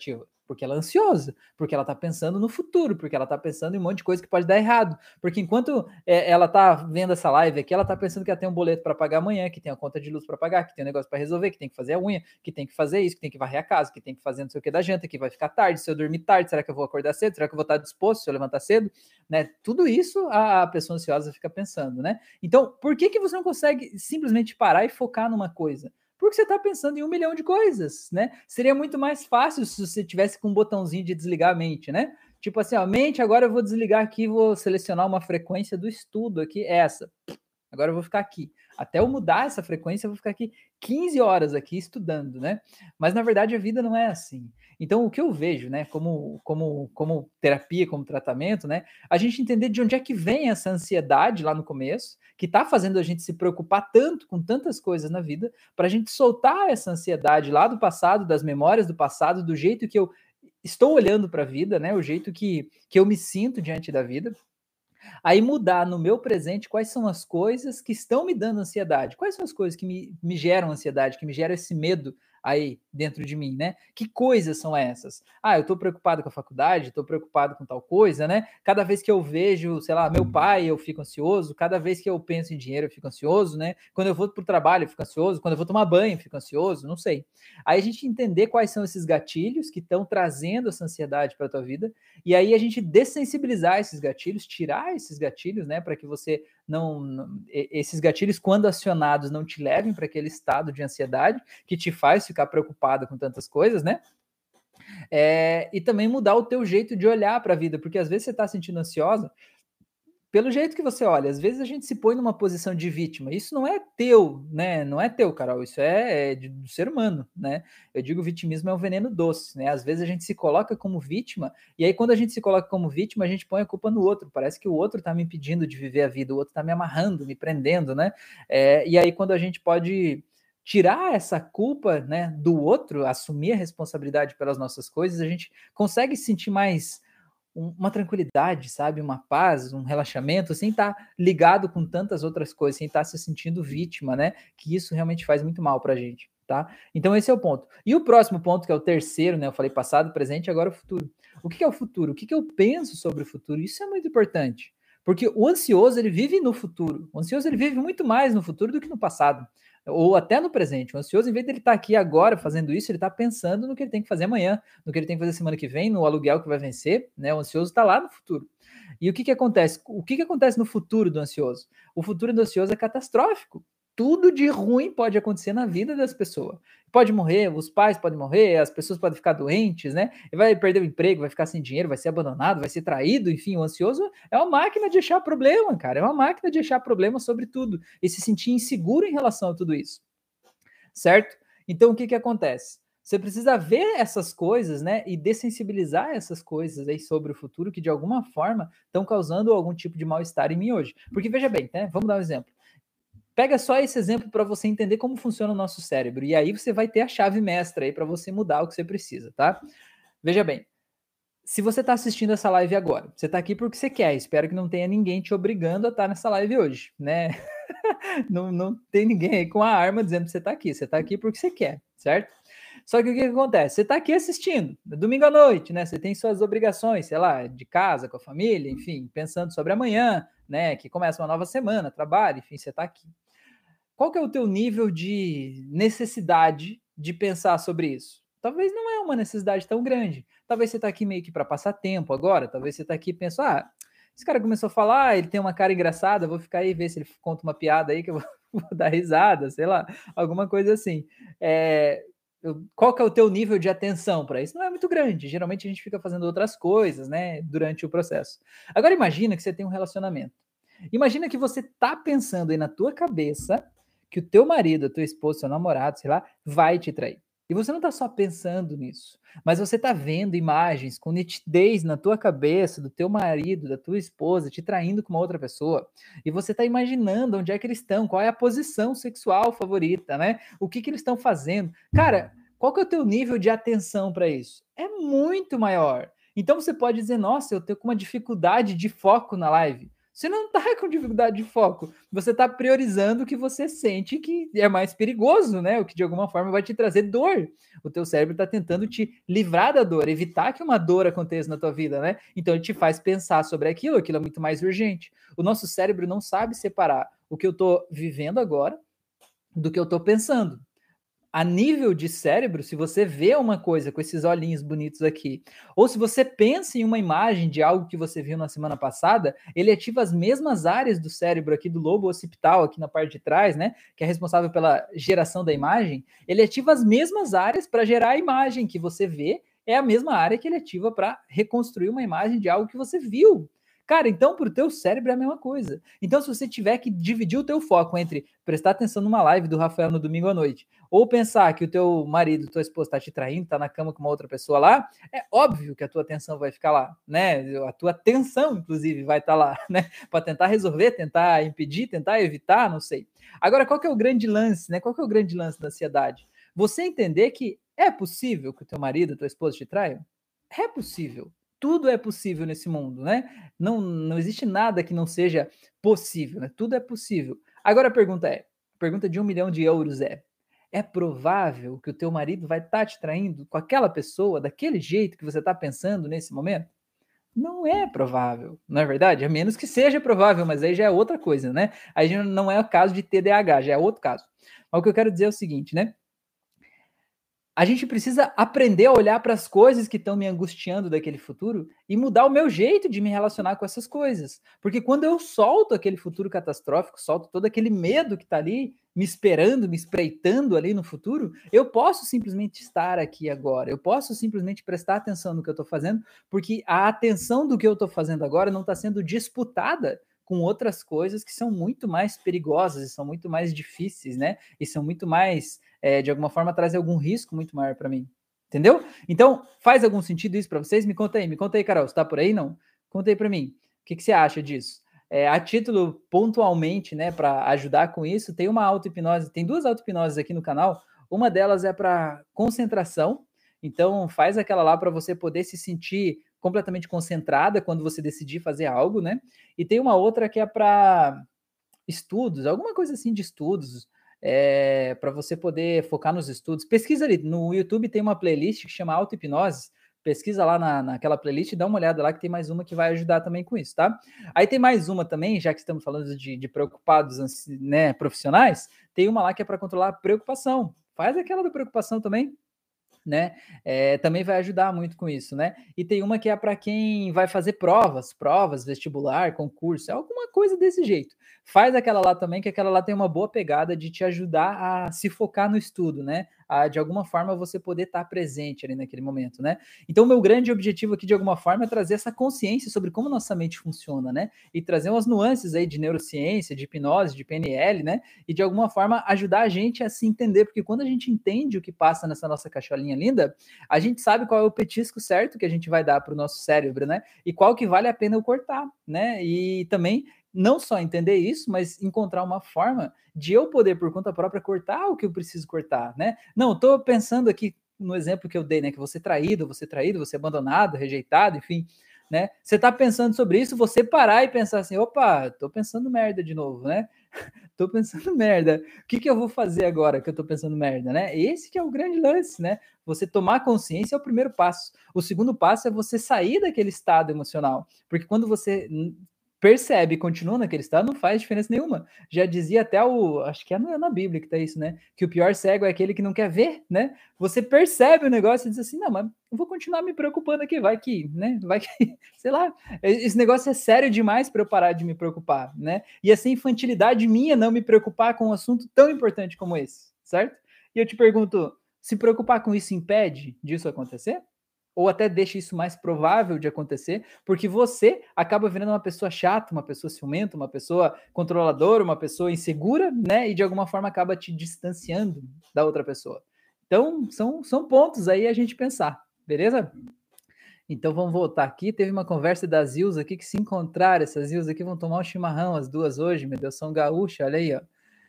Porque ela é ansiosa, porque ela está pensando no futuro, porque ela está pensando em um monte de coisa que pode dar errado. Porque enquanto ela está vendo essa live aqui, ela está pensando que ela tem um boleto para pagar amanhã, que tem a conta de luz para pagar, que tem um negócio para resolver, que tem que fazer a unha, que tem que fazer isso, que tem que varrer a casa, que tem que fazer não sei o que da janta, que vai ficar tarde, se eu dormir tarde, será que eu vou acordar cedo? Será que eu vou estar disposto se eu levantar cedo? Né? Tudo isso a pessoa ansiosa fica pensando, né? Então, por que você não consegue simplesmente parar e focar numa coisa? Porque você está pensando em 1 milhão de coisas, né? Seria muito mais fácil se você tivesse com um botãozinho de desligar a mente, né? Tipo assim, ó, mente, agora eu vou desligar aqui, vou selecionar uma frequência do estudo aqui, essa. Agora eu vou ficar aqui. Até eu mudar essa frequência, eu vou ficar aqui 15 horas aqui estudando, né? Mas na verdade a vida não é assim. Então o que eu vejo, né, como terapia, como tratamento, né, a gente entender de onde é que vem essa ansiedade lá no começo, que está fazendo a gente se preocupar tanto com tantas coisas na vida, para a gente soltar essa ansiedade lá do passado, das memórias do passado, do jeito que eu estou olhando para a vida, né, o jeito que eu me sinto diante da vida. Aí mudar no meu presente quais são as coisas que estão me dando ansiedade, quais são as coisas que me geram ansiedade, que me geram esse medo aí dentro de mim, né? Que coisas são essas? Ah, eu tô preocupado com a faculdade, tô preocupado com tal coisa, né? Cada vez que eu vejo, sei lá, meu pai, eu fico ansioso, cada vez que eu penso em dinheiro, eu fico ansioso, né? Quando eu vou pro trabalho, eu fico ansioso, quando eu vou tomar banho, eu fico ansioso, não sei. Aí a gente entender quais são esses gatilhos que estão trazendo essa ansiedade para tua vida, e aí a gente dessensibilizar esses gatilhos, tirar esses gatilhos, né, para que você esses gatilhos, quando acionados, não te levem para aquele estado de ansiedade que te faz ficar preocupado com tantas coisas, né? E também mudar o teu jeito de olhar para a vida, porque às vezes você está sentindo ansiosa pelo jeito que você olha. Às vezes a gente se põe numa posição de vítima. Isso não é teu, né? Não é teu, Carol. Isso do ser humano, né? Eu digo vitimismo é um veneno doce, né? Às vezes a gente se coloca como vítima, e aí quando a gente se coloca como vítima, a gente põe a culpa no outro. Parece que o outro tá me impedindo de viver a vida, o outro tá me amarrando, me prendendo, né? E aí quando a gente pode tirar essa culpa, né, do outro, assumir a responsabilidade pelas nossas coisas, a gente consegue se sentir mais uma tranquilidade, sabe? Uma paz, um relaxamento, sem estar ligado com tantas outras coisas, sem estar se sentindo vítima, né? Que isso realmente faz muito mal pra gente, tá? Então esse é o ponto. E o próximo ponto, que é o terceiro, né? Eu falei passado, presente e agora o futuro. O que é o futuro? O que eu penso sobre o futuro? Isso é muito importante. Porque o ansioso, ele vive no futuro. O ansioso, ele vive muito mais no futuro do que no passado. Ou até no presente. O ansioso, em vez de ele estar aqui agora fazendo isso, ele está pensando no que ele tem que fazer amanhã, no que ele tem que fazer semana que vem, no aluguel que vai vencer, né? O ansioso está lá no futuro. E o que acontece? O que acontece no futuro do ansioso? O futuro do ansioso é catastrófico. Tudo de ruim pode acontecer na vida das pessoas. Pode morrer, os pais podem morrer, as pessoas podem ficar doentes, né? Vai perder o emprego, vai ficar sem dinheiro, vai ser abandonado, vai ser traído, enfim, o ansioso é uma máquina de achar problema, cara. É uma máquina de achar problema sobre tudo e se sentir inseguro em relação a tudo isso, certo? Então, o que acontece? Você precisa ver essas coisas, né, e dessensibilizar essas coisas aí sobre o futuro que de alguma forma estão causando algum tipo de mal-estar em mim hoje. Porque veja bem, né? Vamos dar um exemplo. Pega só esse exemplo para você entender como funciona o nosso cérebro e aí você vai ter a chave mestra aí para você mudar o que você precisa, tá? Veja bem, se você está assistindo essa live agora, você está aqui porque você quer. Espero que não tenha ninguém te obrigando a estar nessa live hoje, né? Não tem ninguém aí com a arma dizendo que você está aqui. Você está aqui porque você quer, certo? Só que o que acontece? Você está aqui assistindo, domingo à noite, né? Você tem suas obrigações, sei lá, de casa, com a família, enfim, pensando sobre amanhã, né? Que começa uma nova semana, trabalho, enfim, você está aqui. Qual que é o teu nível de necessidade de pensar sobre isso? Talvez não é uma necessidade tão grande. Talvez você está aqui meio que para passar tempo agora. Talvez você está aqui e pensa, esse cara começou a falar, ele tem uma cara engraçada, vou ficar aí ver se ele conta uma piada aí que eu vou dar risada, sei lá, alguma coisa assim. Qual que é o teu nível de atenção para isso? Não é muito grande. Geralmente a gente fica fazendo outras coisas, né, durante o processo. Agora imagina que você tem um relacionamento. Imagina que você tá pensando aí na tua cabeça que o teu marido, a tua esposa, seu namorado, sei lá, vai te trair. E você não tá só pensando nisso, mas você tá vendo imagens com nitidez na tua cabeça do teu marido, da tua esposa te traindo com uma outra pessoa. E você tá imaginando onde é que eles estão, qual é a posição sexual favorita, né? O que eles estão fazendo. Cara, qual que é o teu nível de atenção para isso? É muito maior. Então você pode dizer, nossa, eu tenho uma dificuldade de foco na live. Você não está com dificuldade de foco. Você está priorizando o que você sente que é mais perigoso, né? O que de alguma forma vai te trazer dor. O teu cérebro está tentando te livrar da dor, evitar que uma dor aconteça na tua vida, né? Então ele te faz pensar sobre aquilo é muito mais urgente. O nosso cérebro não sabe separar o que eu estou vivendo agora do que eu estou pensando. A nível de cérebro, se você vê uma coisa com esses olhinhos bonitos aqui, ou se você pensa em uma imagem de algo que você viu na semana passada, ele ativa as mesmas áreas do cérebro aqui do lobo occipital, aqui na parte de trás, né, que é responsável pela geração da imagem, ele ativa as mesmas áreas para gerar a imagem que você vê, é a mesma área que ele ativa para reconstruir uma imagem de algo que você viu. Cara, então para o teu cérebro é a mesma coisa. Então, se você tiver que dividir o teu foco entre prestar atenção numa live do Rafael no domingo à noite, ou pensar que o teu marido, tua esposa está te traindo, está na cama com uma outra pessoa lá, é óbvio que a tua atenção vai ficar lá, né? A tua atenção, inclusive, vai estar lá, né? Para tentar resolver, tentar impedir, tentar evitar, não sei. Agora, qual que é o grande lance, né? Qual que é o grande lance da ansiedade? Você entender que é possível que o teu marido, tua esposa te traiam? É possível. Tudo é possível nesse mundo, né? Não existe nada que não seja possível, né? Tudo é possível. Agora a pergunta de 1 milhão de euros é provável que o teu marido vai estar te traindo com aquela pessoa, daquele jeito que você está pensando nesse momento? Não é provável, não é verdade? A menos que seja provável, mas aí já é outra coisa, né? Aí já não é o caso de TDAH, já é outro caso. Mas o que eu quero dizer é o seguinte, né? A gente precisa aprender a olhar para as coisas que estão me angustiando daquele futuro e mudar o meu jeito de me relacionar com essas coisas. Porque quando eu solto aquele futuro catastrófico, solto todo aquele medo que está ali me esperando, me espreitando ali no futuro, eu posso simplesmente estar aqui agora. Eu posso simplesmente prestar atenção no que eu estou fazendo, porque a atenção do que eu estou fazendo agora não está sendo disputada com outras coisas que são muito mais perigosas e são muito mais difíceis, né? E são muito mais de alguma forma traz algum risco muito maior para mim. Entendeu? Então, faz algum sentido isso para vocês? Me conta aí, Carol. Você tá por aí, não? Conta aí para mim. O que você acha disso? A título, pontualmente, né, para ajudar com isso, tem uma auto-hipnose, tem duas auto-hipnoses aqui no canal. Uma delas é para concentração. Então, faz aquela lá para você poder se sentir completamente concentrada quando você decidir fazer algo, né? E tem uma outra que é para estudos, alguma coisa assim de estudos, para você poder focar nos estudos. Pesquisa ali, no YouTube tem uma playlist que chama Auto-Hipnose, pesquisa lá naquela playlist e dá uma olhada lá que tem mais uma que vai ajudar também com isso, tá? Aí tem mais uma também, já que estamos falando de preocupados, né, profissionais, tem uma lá que é para controlar a preocupação. Faz aquela da preocupação também, né? Também vai ajudar muito com isso, né? E tem uma que é para quem vai fazer provas, vestibular, concurso, alguma coisa desse jeito. Faz aquela lá também, que aquela lá tem uma boa pegada de te ajudar a se focar no estudo, né? A, de alguma forma você poder estar presente ali naquele momento, né? Então, o meu grande objetivo aqui, de alguma forma, é trazer essa consciência sobre como nossa mente funciona, né? E trazer umas nuances aí de neurociência, de hipnose, de PNL, né? E de alguma forma ajudar a gente a se entender, porque quando a gente entende o que passa nessa nossa caixolinha linda, a gente sabe qual é o petisco certo que a gente vai dar para o nosso cérebro, né? E qual que vale a pena eu cortar, né? E também não só entender isso, mas encontrar uma forma de eu poder, por conta própria, cortar o que eu preciso cortar, né? Não, estou pensando aqui no exemplo que eu dei, né? Que você traído, você abandonado, rejeitado, enfim, né? Você está pensando sobre isso, você parar e pensar assim, opa, tô pensando merda de novo, né? Tô pensando merda. O que eu vou fazer agora que eu tô pensando merda, né? Esse que é o grande lance, né? Você tomar consciência é o primeiro passo. O segundo passo é você sair daquele estado emocional. Porque quando você percebe e continua naquele estado, não faz diferença nenhuma. Já dizia até acho que é na Bíblia que tá isso, né? Que o pior cego é aquele que não quer ver, né? Você percebe o negócio e diz assim, não, mas eu vou continuar me preocupando aqui, vai que, né? Vai que, sei lá, esse negócio é sério demais para eu parar de me preocupar, né? E essa infantilidade minha não me preocupar com um assunto tão importante como esse, certo? E eu te pergunto, se preocupar com isso impede disso acontecer? Ou até deixa isso mais provável de acontecer, porque você acaba virando uma pessoa chata, uma pessoa ciumenta, uma pessoa controladora, uma pessoa insegura, né? E de alguma forma acaba te distanciando da outra pessoa. Então, são pontos aí a gente pensar, beleza? Então vamos voltar aqui. Teve uma conversa das Zils aqui que se encontraram. Essas Zils aqui vão tomar um chimarrão, as duas hoje, meu Deus, são gaúchas, olha aí, ó.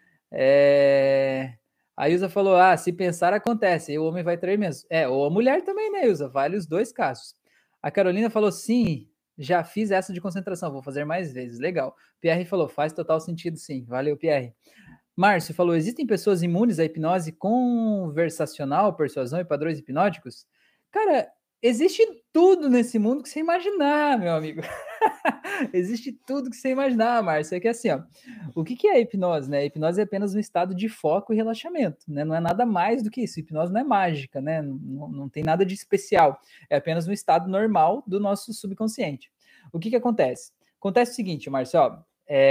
A Ilza falou: se pensar, acontece, e o homem vai trair mesmo. Ou a mulher também, né, Ilza? Vale os dois casos. A Carolina falou: sim, Já fiz essa de concentração, vou fazer mais vezes. Legal. Pierre falou, faz total sentido sim. Valeu, Pierre. Márcio falou, existem pessoas imunes à hipnose conversacional, persuasão e padrões hipnóticos? Cara, existe tudo nesse mundo que você imaginar, meu amigo. Existe tudo que você imaginar, Márcio. É que assim, ó, o que é a hipnose, né? A hipnose é apenas um estado de foco e relaxamento, né? Não é nada mais do que isso. A hipnose não é mágica, né? Não tem nada de especial. É apenas um estado normal do nosso subconsciente. O que acontece? Acontece o seguinte, Márcio, ó,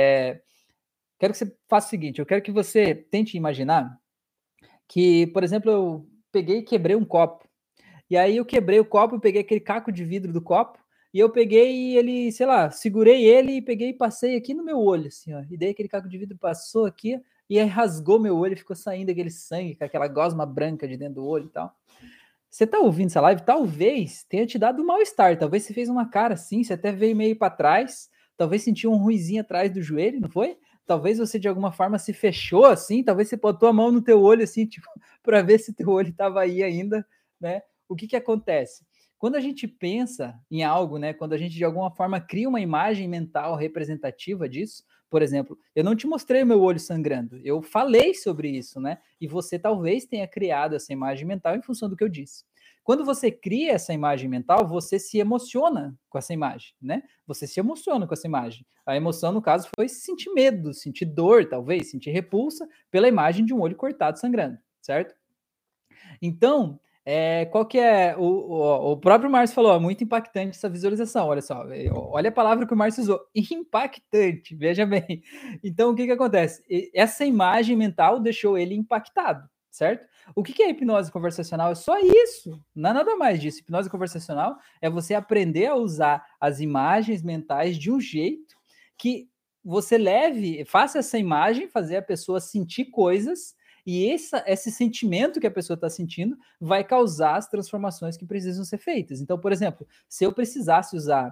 quero que você faça o seguinte, eu quero que você tente imaginar que, por exemplo, eu peguei e quebrei um copo. E aí eu quebrei o copo, eu peguei aquele caco de vidro do copo, e eu peguei e ele, sei lá, segurei ele e peguei e passei aqui no meu olho, assim, ó. E daí aquele caco de vidro passou aqui e aí rasgou meu olho, ficou saindo aquele sangue, com aquela gosma branca de dentro do olho e tal. Você tá ouvindo essa live? Talvez tenha te dado um mal-estar, talvez você fez uma cara assim, você até veio meio para trás, talvez sentiu um ruizinho atrás do joelho, não foi? Talvez você de alguma forma se fechou assim, talvez você botou a mão no teu olho assim, tipo, para ver se teu olho estava aí ainda, né? O que acontece? Quando a gente pensa em algo, né, quando a gente de alguma forma cria uma imagem mental representativa disso, por exemplo, eu não te mostrei o meu olho sangrando, eu falei sobre isso, né? E você talvez tenha criado essa imagem mental em função do que eu disse. Quando você cria essa imagem mental, você se emociona com essa imagem, né? Você se emociona com essa imagem. A emoção, no caso, foi sentir medo, sentir dor, talvez, sentir repulsa pela imagem de um olho cortado sangrando, certo? Então, qual que é o próprio Márcio falou, é muito impactante essa visualização, olha só, olha a palavra que o Márcio usou, impactante, veja bem. Então, o que acontece? Essa imagem mental deixou ele impactado, certo? O que é hipnose conversacional? É só isso, não é nada mais disso. Hipnose conversacional é você aprender a usar as imagens mentais de um jeito que você faça essa imagem, fazer a pessoa sentir coisas e esse sentimento que a pessoa está sentindo vai causar as transformações que precisam ser feitas. Então, por exemplo, se eu precisasse usar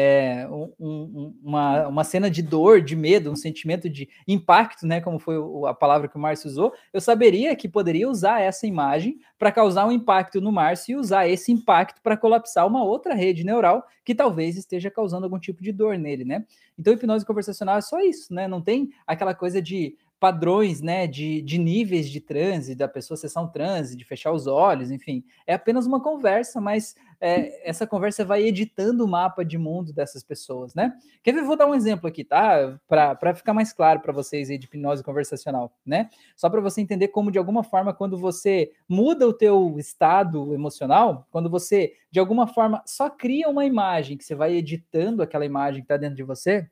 uma cena de dor, de medo, um sentimento de impacto, né, como foi a palavra que o Márcio usou, eu saberia que poderia usar essa imagem para causar um impacto no Márcio e usar esse impacto para colapsar uma outra rede neural que talvez esteja causando algum tipo de dor nele, né? Então, hipnose conversacional é só isso, né? Não tem aquela coisa de padrões, né, de níveis de transe, da pessoa acessar um transe, de fechar os olhos, enfim. É apenas uma conversa, mas essa conversa vai editando o mapa de mundo dessas pessoas, né? Quer ver? Vou dar um exemplo aqui, tá? Para ficar mais claro para vocês aí de hipnose conversacional, né? Só para você entender como, de alguma forma, quando você muda o teu estado emocional, quando você, de alguma forma, só cria uma imagem, que você vai editando aquela imagem que está dentro de você,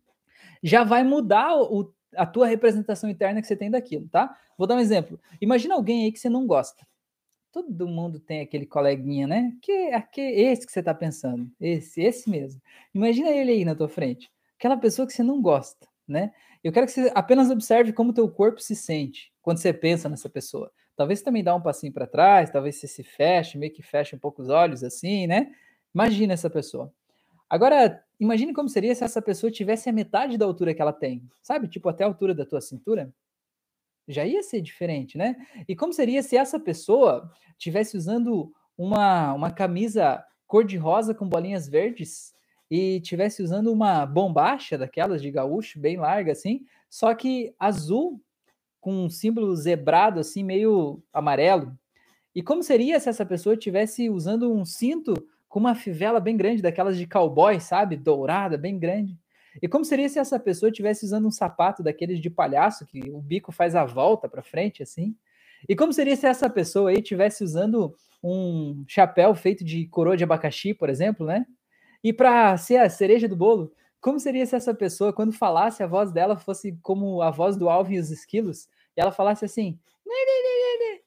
já vai mudar a tua representação interna que você tem daquilo, tá? Vou dar um exemplo. Imagina alguém aí que você não gosta. Todo mundo tem aquele coleguinha, né? Esse que você tá pensando. Esse mesmo. Imagina ele aí na tua frente. Aquela pessoa que você não gosta, né? Eu quero que você apenas observe como o teu corpo se sente quando você pensa nessa pessoa. Talvez você também dá um passinho para trás, talvez você se feche, meio que feche um pouco os olhos assim, né? Imagina essa pessoa. Agora, imagine como seria se essa pessoa tivesse a metade da altura que ela tem, sabe? Tipo, até a altura da tua cintura. Já ia ser diferente, né? E como seria se essa pessoa tivesse usando uma camisa cor-de-rosa com bolinhas verdes e tivesse usando uma bombacha daquelas de gaúcho, bem larga assim, só que azul com um símbolo zebrado assim, meio amarelo. E como seria se essa pessoa tivesse usando um cinto com uma fivela bem grande, daquelas de cowboy, sabe? Dourada, bem grande. E como seria se essa pessoa estivesse usando um sapato daqueles de palhaço, que o bico faz a volta para frente, assim? E como seria se essa pessoa aí estivesse usando um chapéu feito de coroa de abacaxi, por exemplo, né? E para ser a cereja do bolo, como seria se essa pessoa, quando falasse, a voz dela fosse como a voz do Alvin e os Esquilos, e ela falasse assim: né, né, né, né, né.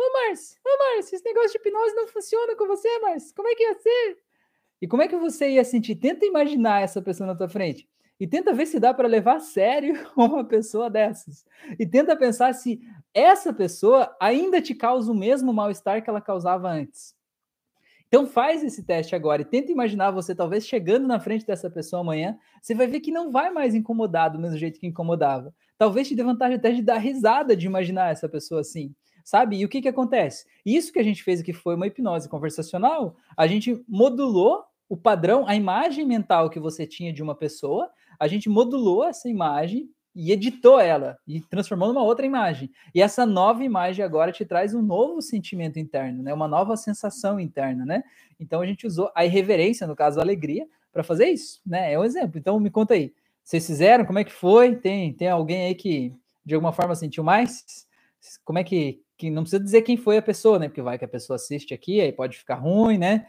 Ô Márcio, esse negócio de hipnose não funciona com você, Márcio. Como é que ia ser? E como é que você ia sentir? Tenta imaginar essa pessoa na tua frente. E tenta ver se dá para levar a sério uma pessoa dessas. E tenta pensar se essa pessoa ainda te causa o mesmo mal-estar que ela causava antes. Então faz esse teste agora e tenta imaginar você talvez chegando na frente dessa pessoa amanhã, você vai ver que não vai mais incomodar do mesmo jeito que incomodava. Talvez te dê vontade até de dar risada de imaginar essa pessoa assim, sabe? E o que acontece? Isso que a gente fez aqui foi uma hipnose conversacional, a gente modulou o padrão, a imagem mental que você tinha de uma pessoa, a gente modulou essa imagem e editou ela, e transformou numa outra imagem. E essa nova imagem agora te traz um novo sentimento interno, né? Uma nova sensação interna, né? Então a gente usou a irreverência, no caso a alegria, para fazer isso, né? É um exemplo. Então me conta aí, vocês fizeram? Como é que foi? Tem alguém aí que de alguma forma sentiu mais? Como é que não precisa dizer quem foi a pessoa, né? Porque vai que a pessoa assiste aqui, aí pode ficar ruim, né?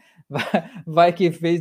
Vai que fez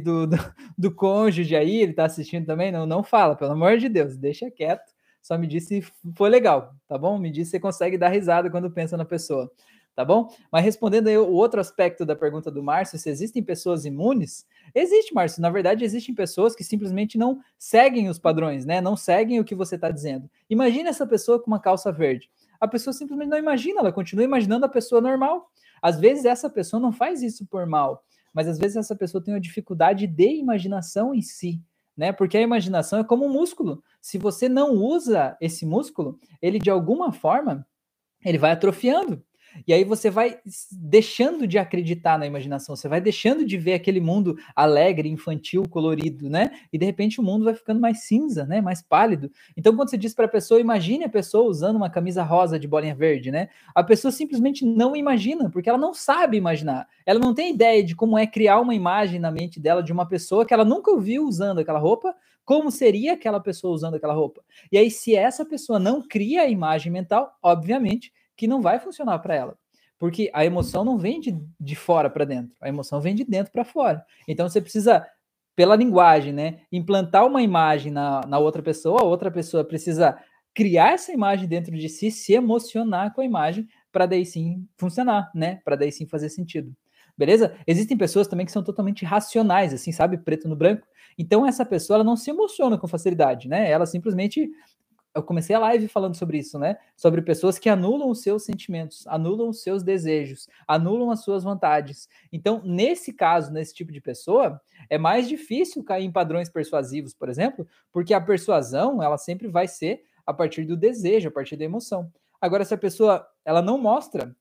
do cônjuge aí, ele tá assistindo também, não fala, pelo amor de Deus, deixa quieto, só me diz se foi legal, tá bom? Me diz se você consegue dar risada quando pensa na pessoa, tá bom? Mas respondendo aí o outro aspecto da pergunta do Márcio, se existem pessoas imunes, existe, Márcio, na verdade existem pessoas que simplesmente não seguem os padrões, né? Não seguem o que você está dizendo. Imagina essa pessoa com uma calça verde. A pessoa simplesmente não imagina, ela continua imaginando a pessoa normal. Às vezes essa pessoa não faz isso por mal, mas às vezes essa pessoa tem uma dificuldade de imaginação em si, né? Porque a imaginação é como um músculo. Se você não usa esse músculo, ele de alguma forma ele vai atrofiando. E aí você vai deixando de acreditar na imaginação, você vai deixando de ver aquele mundo alegre, infantil, colorido, né? E de repente o mundo vai ficando mais cinza, né? Mais pálido. Então quando você diz para a pessoa, imagine a pessoa usando uma camisa rosa de bolinha verde, né? A pessoa simplesmente não imagina, porque ela não sabe imaginar. Ela não tem ideia de como é criar uma imagem na mente dela de uma pessoa que ela nunca viu usando aquela roupa, como seria aquela pessoa usando aquela roupa. E aí se essa pessoa não cria a imagem mental, obviamente que não vai funcionar para ela. Porque a emoção não vem de fora para dentro, a emoção vem de dentro para fora. Então você precisa, pela linguagem, né, implantar uma imagem na outra pessoa, a outra pessoa precisa criar essa imagem dentro de si, se emocionar com a imagem, para daí sim funcionar, né? Para daí sim fazer sentido. Beleza? Existem pessoas também que são totalmente racionais, assim, sabe? Preto no branco. Então essa pessoa ela não se emociona com facilidade, né? Ela simplesmente eu comecei a live falando sobre isso, né? Sobre pessoas que anulam os seus sentimentos, anulam os seus desejos, anulam as suas vontades. Então, nesse caso, nesse tipo de pessoa, é mais difícil cair em padrões persuasivos, por exemplo, porque a persuasão, ela sempre vai ser a partir do desejo, a partir da emoção. Agora, se a pessoa, ela não mostra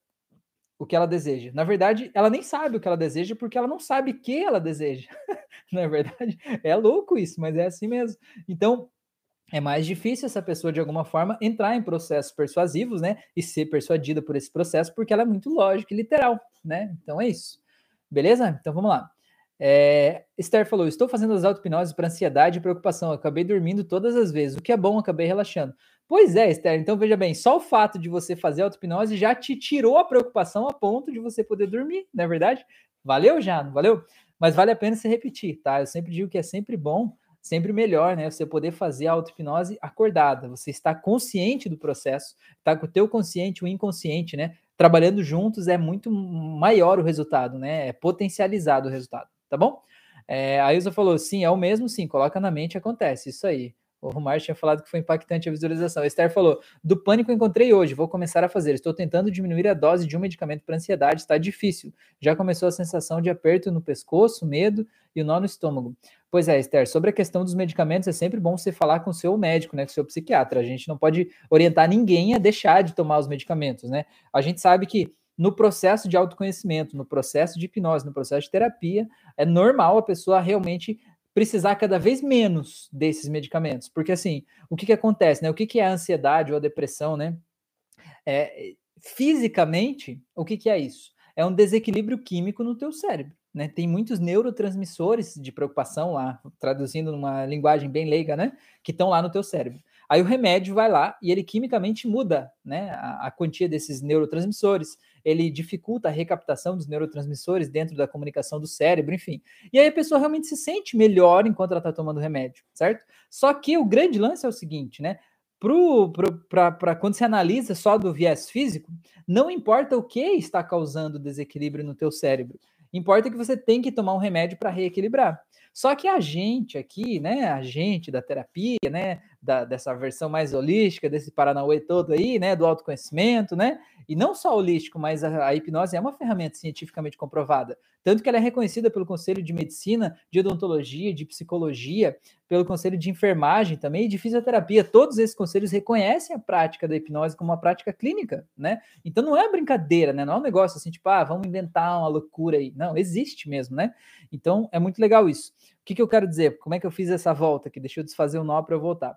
o que ela deseja, na verdade, ela nem sabe o que ela deseja porque ela não sabe o que ela deseja. Na verdade, é louco isso, mas é assim mesmo. Então, é mais difícil essa pessoa, de alguma forma, entrar em processos persuasivos, né? E ser persuadida por esse processo, porque ela é muito lógica e literal, né? Então é isso. Beleza? Então vamos lá. Esther falou: estou fazendo as auto-hipnoses para ansiedade e preocupação. Eu acabei dormindo todas as vezes. O que é bom, acabei relaxando. Pois é, Esther. Então veja bem: só o fato de você fazer auto-hipnose já te tirou a preocupação a ponto de você poder dormir, não é verdade? Valeu já, não valeu? Mas vale a pena se repetir, tá? Eu sempre digo que é sempre bom, sempre melhor, né? Você poder fazer a auto-hipnose acordada. Você está consciente do processo, está com o teu consciente, o inconsciente, né? Trabalhando juntos é muito maior o resultado, né? É potencializado o resultado, tá bom? A Ilza falou, sim, é o mesmo, sim, coloca na mente, acontece, isso aí. O Romar tinha falado que foi impactante a visualização. A Esther falou, do pânico encontrei hoje, vou começar a fazer. Estou tentando diminuir a dose de um medicamento para ansiedade, está difícil. Já começou a sensação de aperto no pescoço, medo e o nó no estômago. Pois é, Esther, sobre a questão dos medicamentos, é sempre bom você falar com o seu médico, né, com o seu psiquiatra. A gente não pode orientar ninguém a deixar de tomar os medicamentos, né? A gente sabe que no processo de autoconhecimento, no processo de hipnose, no processo de terapia, é normal a pessoa realmente precisar cada vez menos desses medicamentos. Porque, assim, o que acontece, né? O que é a ansiedade ou a depressão, né? Fisicamente, o que é isso? É um desequilíbrio químico no teu cérebro, né? Tem muitos neurotransmissores de preocupação lá, traduzindo numa linguagem bem leiga, né? Que estão lá no teu cérebro. Aí o remédio vai lá e ele quimicamente muda, né? A quantia desses neurotransmissores, ele dificulta a recaptação dos neurotransmissores dentro da comunicação do cérebro, enfim. E aí a pessoa realmente se sente melhor enquanto ela está tomando o remédio, certo? Só que o grande lance é o seguinte, né? Para quando você analisa só do viés físico, não importa o que está causando desequilíbrio no teu cérebro, importa que você tem que tomar um remédio para reequilibrar. Só que a gente aqui, né, a gente da terapia, né, dessa versão mais holística, desse Paranauê todo aí, né, do autoconhecimento, né, e não só holístico, mas a hipnose é uma ferramenta cientificamente comprovada, tanto que ela é reconhecida pelo Conselho de Medicina, de Odontologia, de Psicologia, pelo Conselho de Enfermagem também e de Fisioterapia. Todos esses conselhos reconhecem a prática da hipnose como uma prática clínica, né? Então não é brincadeira, né? Não é um negócio assim, tipo, vamos inventar uma loucura aí. Não, existe mesmo, né? Então é muito legal isso. O que eu quero dizer? Como é que eu fiz essa volta aqui? Deixa eu desfazer o nó para eu voltar.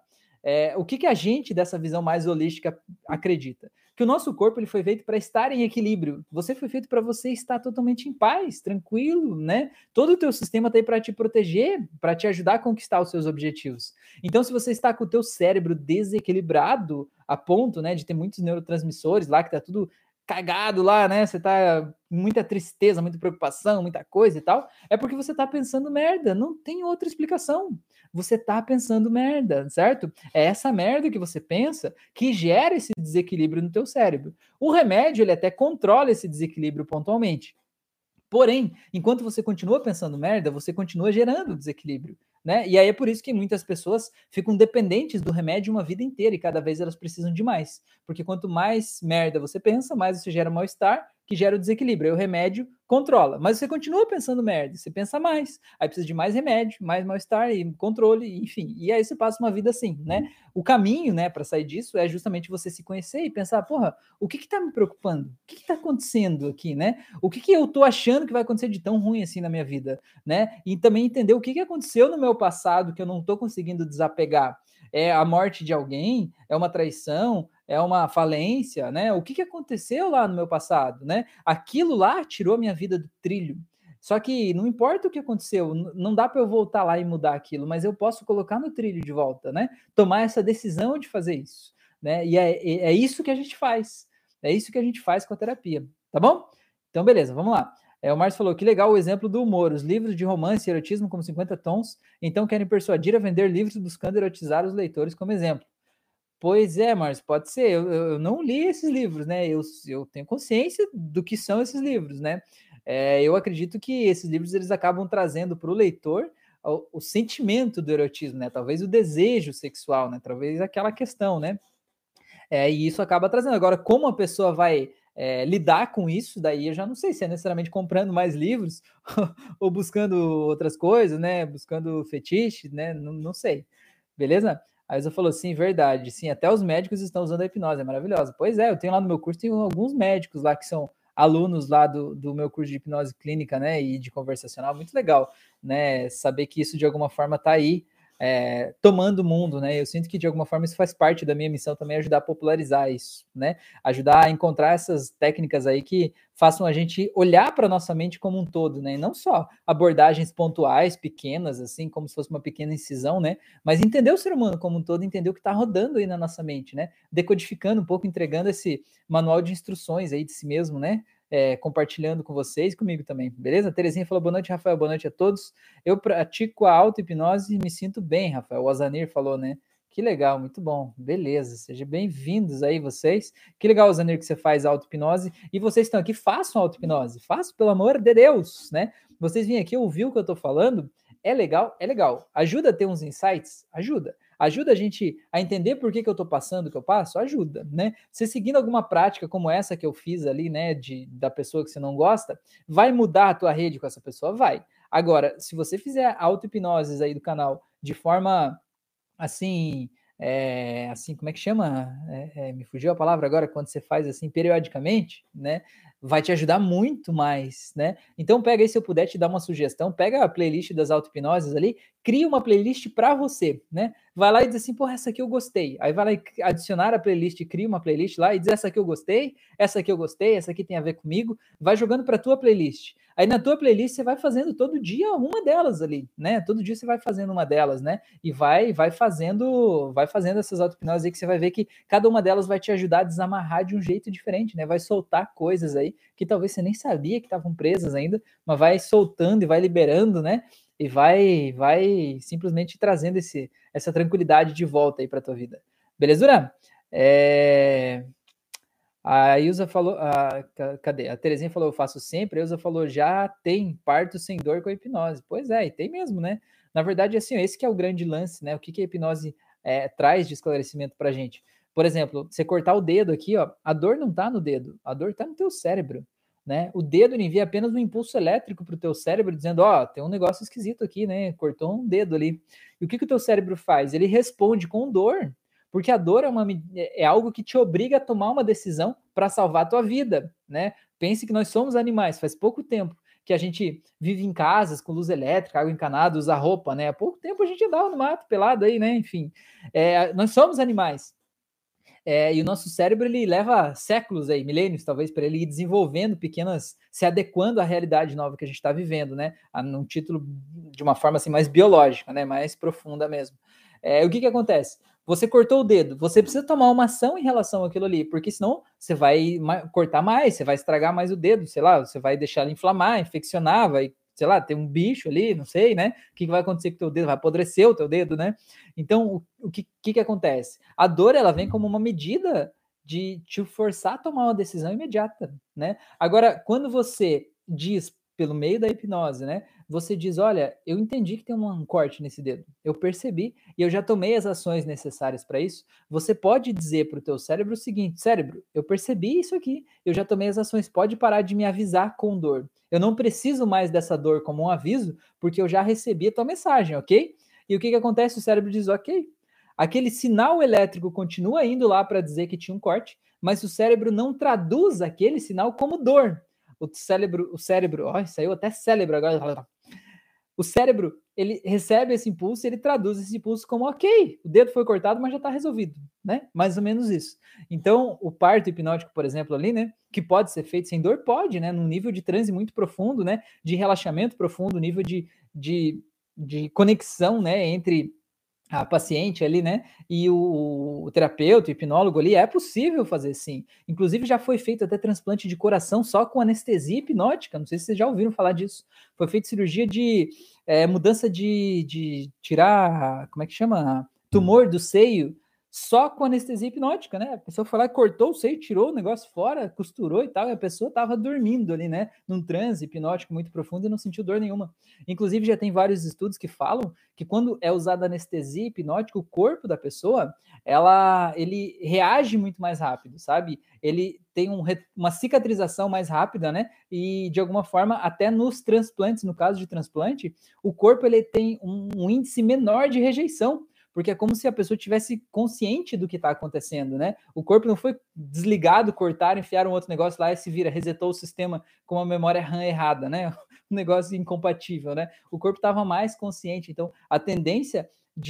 O que a gente, dessa visão mais holística, acredita? Que o nosso corpo ele foi feito para estar em equilíbrio. Você foi feito para você estar totalmente em paz, tranquilo, né? Todo o teu sistema está aí para te proteger, para te ajudar a conquistar os seus objetivos. Então, se você está com o teu cérebro desequilibrado, a ponto, né, de ter muitos neurotransmissores lá, que tá tudo cagado lá, né? Você tá com muita tristeza, muita preocupação, muita coisa e tal, é porque você tá pensando merda. Não tem outra explicação. Você tá pensando merda, certo? É essa merda que você pensa que gera esse desequilíbrio no teu cérebro. O remédio, ele até controla esse desequilíbrio pontualmente. Porém, enquanto você continua pensando merda, você continua gerando desequilíbrio, né? E aí é por isso que muitas pessoas ficam dependentes do remédio uma vida inteira e cada vez elas precisam de mais. Porque quanto mais merda você pensa, mais você gera mal-estar, que gera o desequilíbrio. Aí o remédio controla, mas você continua pensando merda, você pensa mais, aí precisa de mais remédio, mais mal-estar e controle, enfim. E aí você passa uma vida assim, né? O caminho, né, para sair disso é justamente você se conhecer e pensar, porra, o que tá me preocupando? O que tá acontecendo aqui, né? O que eu tô achando que vai acontecer de tão ruim assim na minha vida, né? E também entender o que aconteceu no meu passado que eu não tô conseguindo desapegar. É a morte de alguém? É uma traição? É uma falência, né? O que aconteceu lá no meu passado, né? Aquilo lá tirou minha vida do trilho. Só que não importa o que aconteceu, não dá para eu voltar lá e mudar aquilo, mas eu posso colocar no trilho de volta, né? Tomar essa decisão de fazer isso, né? E é isso que a gente faz. É isso que a gente faz com a terapia, tá bom? Então, beleza, vamos lá. O Márcio falou que legal o exemplo do humor. Os livros de romance e erotismo, como 50 tons, então querem persuadir a vender livros buscando erotizar os leitores como exemplo. Pois é, Márcio, pode ser. Eu não li esses livros, né? Eu tenho consciência do que são esses livros, né? Eu acredito que esses livros eles acabam trazendo para o leitor o sentimento do erotismo, né? Talvez o desejo sexual, né? Talvez aquela questão, né? E isso acaba trazendo. Agora, como a pessoa vai lidar com isso, daí eu já não sei se é necessariamente comprando mais livros ou buscando outras coisas, né? Buscando fetiche, né? Não sei. Beleza? A Isa falou, sim, verdade. Sim, até os médicos estão usando a hipnose, é maravilhosa. Pois é, eu tenho lá no meu curso, tem alguns médicos lá que são alunos lá do meu curso de hipnose clínica, né, e de conversacional, muito legal, né, saber que isso de alguma forma tá aí, tomando o mundo, né, eu sinto que de alguma forma isso faz parte da minha missão também, ajudar a popularizar isso, né, ajudar a encontrar essas técnicas aí que façam a gente olhar para a nossa mente como um todo, né, e não só abordagens pontuais, pequenas, assim, como se fosse uma pequena incisão, né, mas entender o ser humano como um todo, entender o que está rodando aí na nossa mente, né, decodificando um pouco, entregando esse manual de instruções aí de si mesmo, né, compartilhando com vocês e comigo também, beleza? A Terezinha falou, boa noite, Rafael, boa noite a todos. Eu pratico a auto-hipnose e me sinto bem, Rafael. O Azanir falou, né? Que legal, muito bom. Beleza, sejam bem-vindos aí vocês. Que legal, Zanir, que você faz auto-hipnose. E vocês estão aqui, façam auto-hipnose. Façam, pelo amor de Deus, né? Vocês vêm aqui ouvir o que eu tô falando. É legal, é legal. Ajuda a ter uns insights? Ajuda. Ajuda a gente a entender por que eu tô passando o que eu passo? Ajuda, né? Você seguindo alguma prática como essa que eu fiz ali, né, da pessoa que você não gosta, vai mudar a tua rede com essa pessoa? Vai. Agora, se você fizer auto-hipnoses aí do canal de forma assim, assim, como é que chama? Me fugiu a palavra agora, quando você faz assim periodicamente, né? Vai te ajudar muito mais, né? Então pega aí, se eu puder te dar uma sugestão, pega a playlist das auto-hipnoses ali, cria uma playlist para você, né? Vai lá e diz assim, porra, essa aqui eu gostei. Aí vai lá e adicionar a playlist, cria uma playlist lá e diz essa aqui eu gostei, essa aqui eu gostei, essa aqui tem a ver comigo, vai jogando para tua playlist. Aí na tua playlist você vai fazendo todo dia uma delas ali, né? Todo dia você vai fazendo uma delas, né? E vai fazendo essas auto-hipnoses aí que você vai ver que cada uma delas vai te ajudar a desamarrar de um jeito diferente, né? Vai soltar coisas aí que talvez você nem sabia que estavam presas ainda, mas vai soltando e vai liberando, né? E vai simplesmente trazendo essa tranquilidade de volta aí para tua vida. Belezura? A Ilza falou, cadê? A Terezinha falou, eu faço sempre. A Ilza falou, já tem parto sem dor com a hipnose. Pois é, e tem mesmo, né? Na verdade, assim, esse que é o grande lance, né? O que a hipnose traz de esclarecimento para a gente. Por exemplo, você cortar o dedo aqui, ó, a dor não está no dedo, a dor está no teu cérebro, né? O dedo envia apenas um impulso elétrico para o teu cérebro, dizendo, ó, tem um negócio esquisito aqui, né? Cortou um dedo ali. E o que o teu cérebro faz? Ele responde com dor, porque a dor é algo que te obriga a tomar uma decisão para salvar a tua vida, né? Pense que nós somos animais, faz pouco tempo que a gente vive em casas com luz elétrica, água encanada, usa roupa, né? Há pouco tempo a gente andava no mato pelado aí, né? Enfim, nós somos animais. E o nosso cérebro, ele leva séculos aí, milênios talvez, para ele ir desenvolvendo pequenas, se adequando à realidade nova que a gente está vivendo, né? Num título de uma forma assim mais biológica, né? Mais profunda mesmo. O que acontece? Você cortou o dedo, você precisa tomar uma ação em relação àquilo ali, porque senão você vai cortar mais, você vai estragar mais o dedo, sei lá, você vai deixar ele inflamar, infeccionar, vai, sei lá, ter um bicho ali, não sei, né? O que vai acontecer com o teu dedo? Vai apodrecer o teu dedo, né? Então, o que acontece? A dor, ela vem como uma medida de te forçar a tomar uma decisão imediata, né? Agora, quando você diz, pelo meio da hipnose, né? Você diz, olha, eu entendi que tem um corte nesse dedo, eu percebi, e eu já tomei as ações necessárias para isso. Você pode dizer para o teu cérebro o seguinte, cérebro, eu percebi isso aqui, eu já tomei as ações, pode parar de me avisar com dor. Eu não preciso mais dessa dor como um aviso, porque eu já recebi a tua mensagem, ok? E o que acontece? O cérebro diz, ok. Aquele sinal elétrico continua indo lá para dizer que tinha um corte, mas o cérebro não traduz aquele sinal como dor. O cérebro, ó, saiu até cérebro agora. O cérebro, ele recebe esse impulso e ele traduz esse impulso como ok, o dedo foi cortado, mas já está resolvido, né? Mais ou menos isso. Então, o parto hipnótico, por exemplo, ali, né? Que pode ser feito sem dor, pode, né? Num nível de transe muito profundo, né? De relaxamento profundo, nível de conexão, né? Entre a paciente ali, né, e o terapeuta, o hipnólogo ali, é possível fazer sim. Inclusive já foi feito até transplante de coração só com anestesia hipnótica, não sei se vocês já ouviram falar disso. Foi feita cirurgia de mudança de tirar, como é que chama? Tumor do seio, só com anestesia hipnótica, né? A pessoa foi lá, cortou o seio, tirou o negócio fora, costurou e tal, e a pessoa estava dormindo ali, né, num transe hipnótico muito profundo e não sentiu dor nenhuma. Inclusive já tem vários estudos que falam que quando é usada anestesia hipnótica, o corpo da pessoa, ele reage muito mais rápido, sabe? Ele tem uma cicatrização mais rápida, né? E de alguma forma, até nos transplantes, no caso de transplante, o corpo ele tem um índice menor de rejeição, porque é como se a pessoa tivesse consciente do que está acontecendo, né? O corpo não foi desligado, cortaram, enfiaram outro negócio lá e se vira, resetou o sistema com uma memória RAM errada, né? Um negócio incompatível, né? O corpo estava mais consciente, então a tendência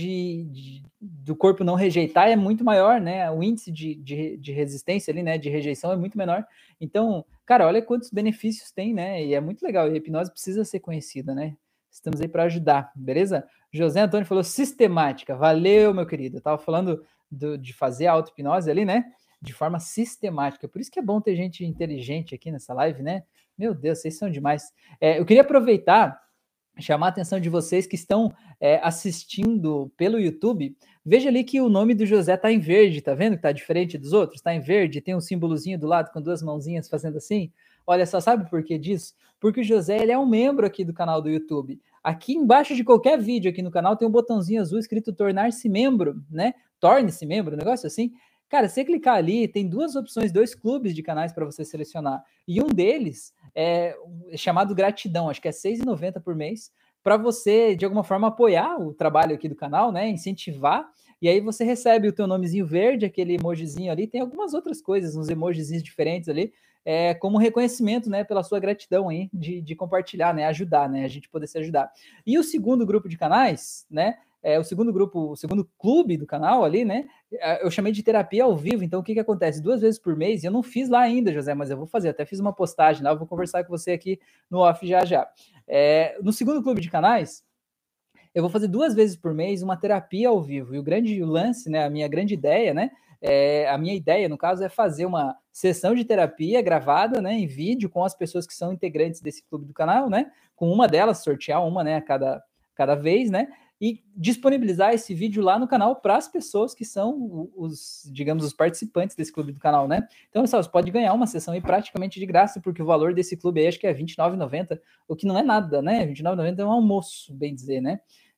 do corpo não rejeitar é muito maior, né? O índice de resistência ali, né? De rejeição é muito menor. Então, cara, olha quantos benefícios tem, né? E é muito legal. E a hipnose precisa ser conhecida, né? Estamos aí para ajudar, beleza? José Antônio falou sistemática. Valeu, meu querido. Eu tava falando de fazer a auto-hipnose ali, né? De forma sistemática. Por isso que é bom ter gente inteligente aqui nessa live, né? Meu Deus, vocês são demais. Eu queria aproveitar, chamar a atenção de vocês que estão assistindo pelo YouTube. Veja ali que o nome do José está em verde, tá vendo que tá diferente dos outros? Está em verde, tem um símbolozinho do lado com duas mãozinhas fazendo assim. Olha só, sabe por que disso? Porque o José, ele é um membro aqui do canal do YouTube. Aqui embaixo de qualquer vídeo aqui no canal tem um botãozinho azul escrito tornar-se membro, né? Torne-se membro, um negócio assim. Cara, se você clicar ali, tem duas opções, dois clubes de canais para você selecionar. E um deles é chamado Gratidão, acho que é R$6,90 por mês, para você, de alguma forma, apoiar o trabalho aqui do canal, né? Incentivar. E aí você recebe o teu nomezinho verde, aquele emojizinho ali, tem algumas outras coisas, uns emojizinhos diferentes ali, como reconhecimento, né, pela sua gratidão aí, de compartilhar, né, ajudar, né, a gente poder se ajudar. E o segundo grupo de canais, né, o segundo clube do canal ali, né, eu chamei de terapia ao vivo. Então o que acontece? 2 vezes por mês, eu não fiz lá ainda, José, mas eu vou fazer, até fiz uma postagem lá, eu vou conversar com você aqui no off já. No segundo clube de canais, eu vou fazer 2 vezes por mês uma terapia ao vivo. E o lance, né, a minha grande ideia, né, a minha ideia, no caso, é fazer uma sessão de terapia gravada, né, em vídeo com as pessoas que são integrantes desse clube do canal, né, com uma delas, sortear uma, né, a cada vez, né, e disponibilizar esse vídeo lá no canal para as pessoas que são digamos, os participantes desse clube do canal, né? Então, pessoal, você pode ganhar uma sessão aí praticamente de graça, porque o valor desse clube aí acho que é R$29,90, o que não é nada, né? R$29,90 é um almoço, bem dizer, né?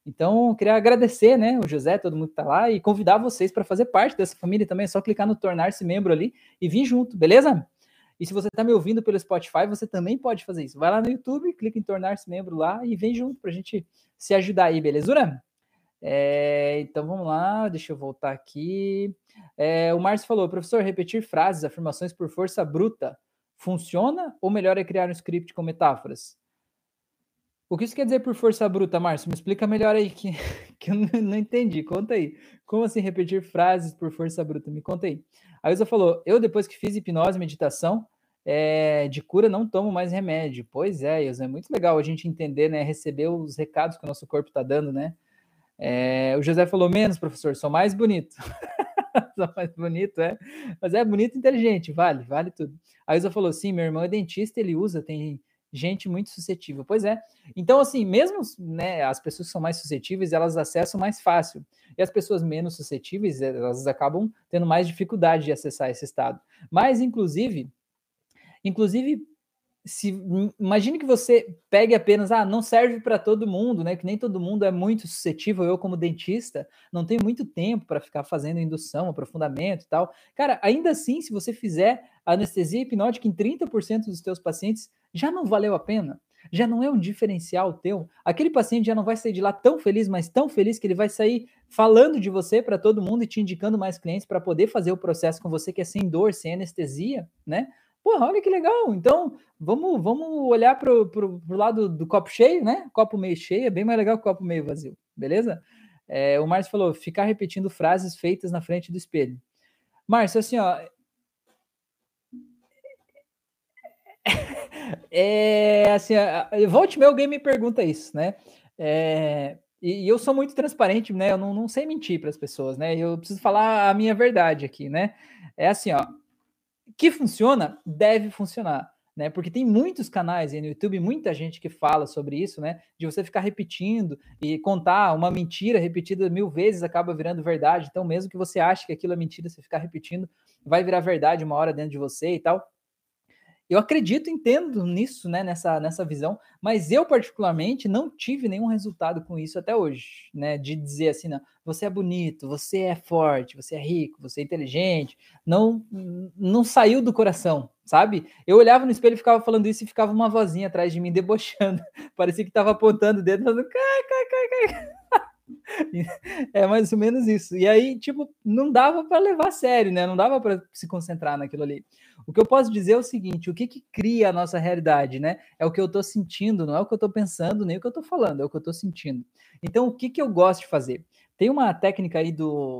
Então, eu queria agradecer, né, o José, todo mundo que tá lá, e convidar vocês para fazer parte dessa família também. É só clicar no tornar-se membro ali e vir junto, beleza? E se você está me ouvindo pelo Spotify, você também pode fazer isso. Vai lá no YouTube, clica em tornar-se membro lá e vem junto para a gente se ajudar aí, belezura? Então vamos lá, deixa eu voltar aqui. O Márcio falou, professor, repetir frases, afirmações por força bruta, funciona ou melhor é criar um script com metáforas? O que isso quer dizer por força bruta, Márcio? Me explica melhor aí, que eu não entendi. Conta aí. Como assim repetir frases por força bruta? Me conta aí. A Ilza falou, eu depois que fiz hipnose, meditação, de cura, não tomo mais remédio. Pois é, Ilza, é muito legal a gente entender, né? Receber os recados que o nosso corpo está dando, né? O José falou, menos, professor, sou mais bonito. Sou mais bonito, é. Mas é bonito e inteligente, vale tudo. A Ilza falou, sim, meu irmão é dentista, ele usa, tem gente muito suscetível. Pois é. Então, assim, mesmo, né, as pessoas que são mais suscetíveis, elas acessam mais fácil. E as pessoas menos suscetíveis, elas acabam tendo mais dificuldade de acessar esse estado. Mas, inclusive, imagine que você pegue apenas, não serve para todo mundo, né? Que nem todo mundo é muito suscetível. Eu, como dentista, não tenho muito tempo para ficar fazendo indução, aprofundamento e tal. Cara, ainda assim, se você fizer anestesia hipnótica em 30% dos teus pacientes, já não valeu a pena. Já não é um diferencial teu. Aquele paciente já não vai sair de lá tão feliz, mas tão feliz que ele vai sair falando de você para todo mundo e te indicando mais clientes para poder fazer o processo com você, que é sem dor, sem anestesia, né? Porra, olha que legal. Então, vamos olhar pro lado do copo cheio, né? Copo meio cheio é bem mais legal que o copo meio vazio, beleza? O Márcio falou, ficar repetindo frases feitas na frente do espelho. Márcio, assim, ó... volte meu, alguém me pergunta isso, né? E eu sou muito transparente, né? Eu não sei mentir para as pessoas, né? Eu preciso falar a minha verdade aqui, né? É assim, ó... Que funciona, deve funcionar, né? Porque tem muitos canais aí no YouTube, muita gente que fala sobre isso, né? De você ficar repetindo e contar uma mentira repetida 1000 vezes acaba virando verdade. Então, mesmo que você ache que aquilo é mentira, você ficar repetindo, vai virar verdade uma hora dentro de você e tal. Eu acredito, entendo nisso, né, nessa visão, mas eu particularmente não tive nenhum resultado com isso até hoje, né, de dizer assim, não, você é bonito, você é forte, você é rico, você é inteligente, não saiu do coração, sabe? Eu olhava no espelho e ficava falando isso e ficava uma vozinha atrás de mim debochando, parecia que estava apontando o dedo, falando, é mais ou menos isso. E aí, tipo, não dava para levar a sério, né? Não dava para se concentrar naquilo ali. O que eu posso dizer é o seguinte: o que cria a nossa realidade, né? É o que eu estou sentindo, não é o que eu estou pensando, nem o que eu estou falando, é o que eu estou sentindo. Então, o que eu gosto de fazer? Tem uma técnica aí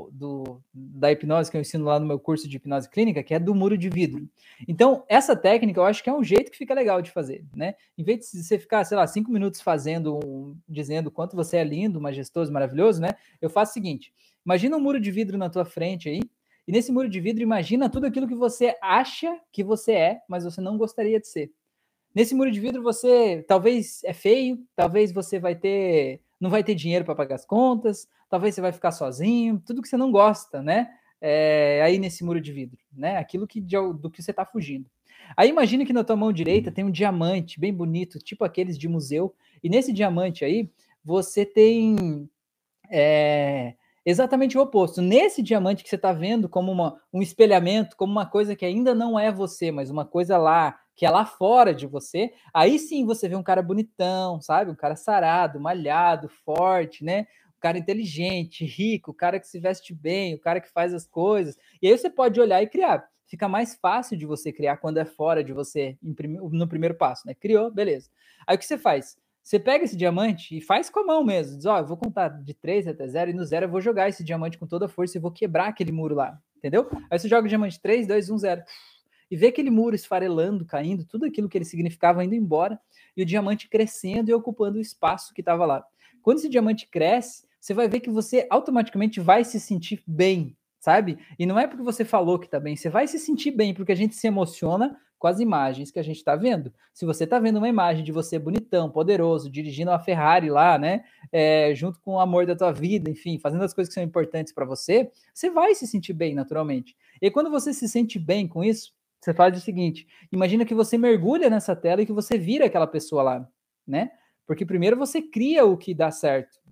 da hipnose que eu ensino lá no meu curso de hipnose clínica, que é do muro de vidro. Então, essa técnica eu acho que é um jeito que fica legal de fazer, né? Em vez de você ficar, sei lá, 5 minutos dizendo quanto você é lindo, majestoso, maravilhoso, né? Eu faço o seguinte: imagina um muro de vidro na tua frente aí, e nesse muro de vidro imagina tudo aquilo que você acha que você é, mas você não gostaria de ser. Nesse muro de vidro você talvez é feio, talvez você não vai ter dinheiro para pagar as contas, talvez você vai ficar sozinho, tudo que você não gosta, né? Aí nesse muro de vidro, né? Aquilo do que você está fugindo. Aí imagina que na tua mão direita tem um diamante bem bonito, tipo aqueles de museu, e nesse diamante aí você tem exatamente o oposto. Nesse diamante que você está vendo como um espelhamento, como uma coisa que ainda não é você, mas uma coisa lá, que é lá fora de você, aí sim você vê um cara bonitão, sabe? Um cara sarado, malhado, forte, né? Um cara inteligente, rico, o cara que se veste bem, o cara que faz as coisas. E aí você pode olhar e criar. Fica mais fácil de você criar quando é fora de você no primeiro passo, né? Criou, beleza. Aí o que você faz? Você pega esse diamante e faz com a mão mesmo. Diz, eu vou contar de 3 até 0 e no 0 eu vou jogar esse diamante com toda a força e vou quebrar aquele muro lá, entendeu? Aí você joga o diamante 3, 2, 1, 0 e vê aquele muro esfarelando, caindo, tudo aquilo que ele significava indo embora e o diamante crescendo e ocupando o espaço que estava lá. Quando esse diamante cresce, você vai ver que você automaticamente vai se sentir bem, sabe? E não é porque você falou que tá bem, você vai se sentir bem, porque a gente se emociona com as imagens que a gente está vendo. Se você está vendo uma imagem de você bonitão, poderoso, dirigindo uma Ferrari lá, né, junto com o amor da tua vida, enfim, fazendo as coisas que são importantes para você, você vai se sentir bem naturalmente. E quando você se sente bem com isso, você faz o seguinte: imagina que você mergulha nessa tela e que você vira aquela pessoa lá, né? Porque primeiro você cria o que dá certo.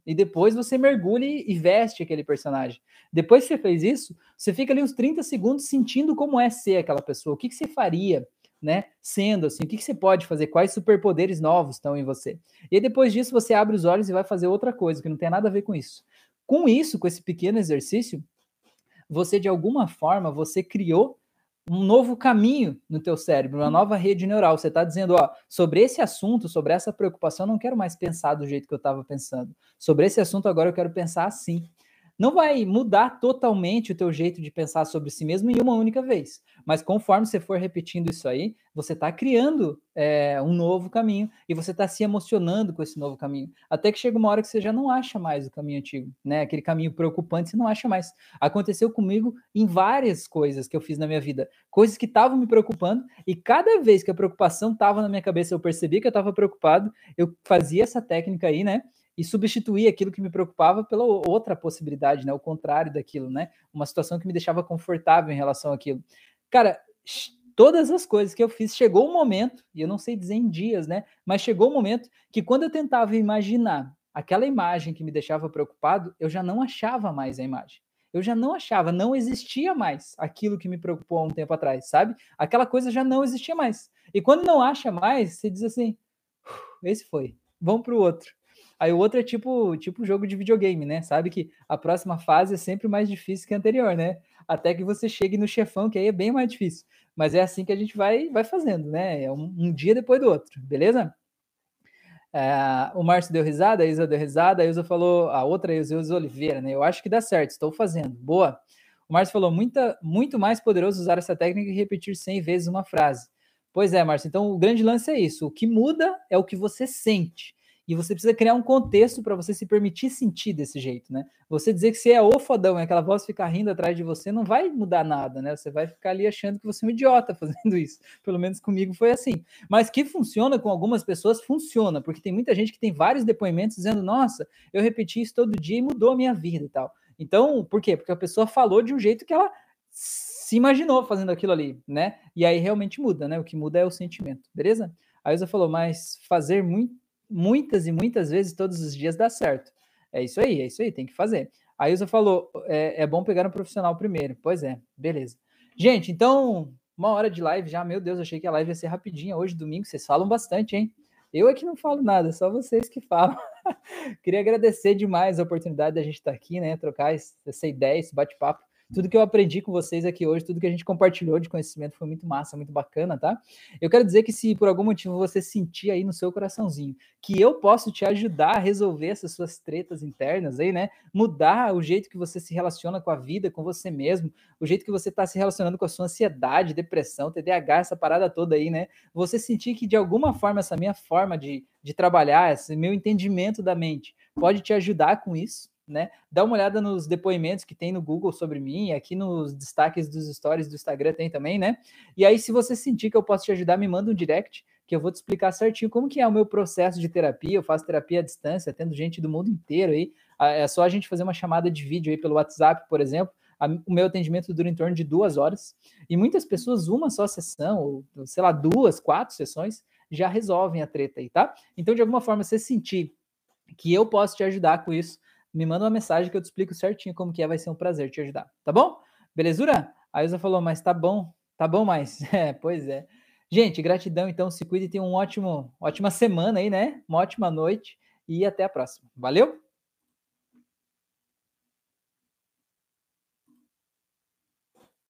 e depois você mergulha e veste aquele personagem. Depois que você fez isso, você fica ali uns 30 segundos sentindo como é ser aquela pessoa, o que você faria, né, sendo assim, o que você pode fazer, quais superpoderes novos estão em você. E aí, depois disso você abre os olhos e vai fazer outra coisa, que não tem nada a ver com isso. Com isso, com esse pequeno exercício, você de alguma forma, você criou um novo caminho no teu cérebro, uma nova rede neural. Você está dizendo, ó, sobre esse assunto, sobre essa preocupação, eu não quero mais pensar do jeito que eu estava pensando. Sobre esse assunto agora eu quero pensar assim. Não vai mudar totalmente o teu jeito de pensar sobre si mesmo em uma única vez, mas conforme você for repetindo isso aí, você está criando um novo caminho e você está se emocionando com esse novo caminho, até que chega uma hora que você já não acha mais o caminho antigo, né? Aquele caminho preocupante você não acha mais. Aconteceu comigo em várias coisas que eu fiz na minha vida, coisas que estavam me preocupando, e cada vez que a preocupação estava na minha cabeça, eu percebia que eu estava preocupado, eu fazia essa técnica aí, né? E substituir aquilo que me preocupava pela outra possibilidade, né? O contrário daquilo, né? Uma situação que me deixava confortável em relação àquilo. Cara, todas as coisas que eu fiz, chegou um momento, e eu não sei dizer em dias, né? Mas chegou um momento que quando eu tentava imaginar aquela imagem que me deixava preocupado, eu já não achava mais a imagem. Eu já não achava, não existia mais aquilo que me preocupou há um tempo atrás, sabe? Aquela coisa já não existia mais. E quando não acha mais, você diz assim, esse foi, vamos para o outro. Aí o outro é tipo jogo de videogame, né? Sabe que a próxima fase é sempre mais difícil que a anterior, né? Até que você chegue no chefão, que aí é bem mais difícil. Mas é assim que a gente vai fazendo, né? É um dia depois do outro, beleza? O Márcio deu risada, a Isa deu risada, a Isa falou, a outra é a Isa Oliveira, né? Eu acho que dá certo, estou fazendo. Boa. O Márcio falou, muito mais poderoso usar essa técnica e repetir 100 vezes uma frase. Pois é, Márcio, então o grande lance é isso. O que muda é o que você sente. E você precisa criar um contexto para você se permitir sentir desse jeito, né? Você dizer que você é o fodão e aquela voz ficar rindo atrás de você não vai mudar nada, né? Você vai ficar ali achando que você é um idiota fazendo isso. Pelo menos comigo foi assim. Mas que funciona com algumas pessoas, funciona, porque tem muita gente que tem vários depoimentos dizendo, nossa, eu repeti isso todo dia e mudou a minha vida e tal. Então, por quê? Porque a pessoa falou de um jeito que ela se imaginou fazendo aquilo ali, né? E aí realmente muda, né? O que muda é o sentimento, beleza? A Isa falou, mas fazer muitas e muitas vezes todos os dias dá certo. É isso aí, tem que fazer. A Ilza falou, é bom pegar um profissional primeiro. Pois é, beleza. Gente, então, 1 hora de live já, meu Deus, achei que a live ia ser rapidinha hoje, domingo, vocês falam bastante, hein? Eu é que não falo nada, só vocês que falam. Queria agradecer demais a oportunidade da gente estar aqui, né, trocar essa ideia, esse bate-papo. Tudo que eu aprendi com vocês aqui hoje, tudo que a gente compartilhou de conhecimento foi muito massa, muito bacana, tá? Eu quero dizer que se por algum motivo você sentir aí no seu coraçãozinho que eu posso te ajudar a resolver essas suas tretas internas aí, né? Mudar o jeito que você se relaciona com a vida, com você mesmo, o jeito que você está se relacionando com a sua ansiedade, depressão, TDAH, essa parada toda aí, né? Você sentir que de alguma forma essa minha forma de trabalhar, esse meu entendimento da mente pode te ajudar com isso, né? Dá uma olhada nos depoimentos que tem no Google sobre mim, aqui nos destaques dos stories do Instagram tem também, né? E aí, se você sentir que eu posso te ajudar, me manda um direct, que eu vou te explicar certinho como que é o meu processo de terapia. Eu faço terapia à distância, atendo gente do mundo inteiro aí. É só a gente fazer uma chamada de vídeo aí pelo WhatsApp, por exemplo. O meu atendimento dura em torno de 2 horas. E muitas pessoas, uma só sessão, ou sei lá, 2, 4 sessões, já resolvem a treta aí, tá? Então, de alguma forma, você sentir que eu posso te ajudar com isso, me manda uma mensagem que eu te explico certinho como que é, vai ser um prazer te ajudar, tá bom? Belezura? A Isa falou, mas tá bom, mas... pois é. Gente, gratidão, então, se cuide e tenha ótima semana aí, né? Uma ótima noite e até a próxima. Valeu?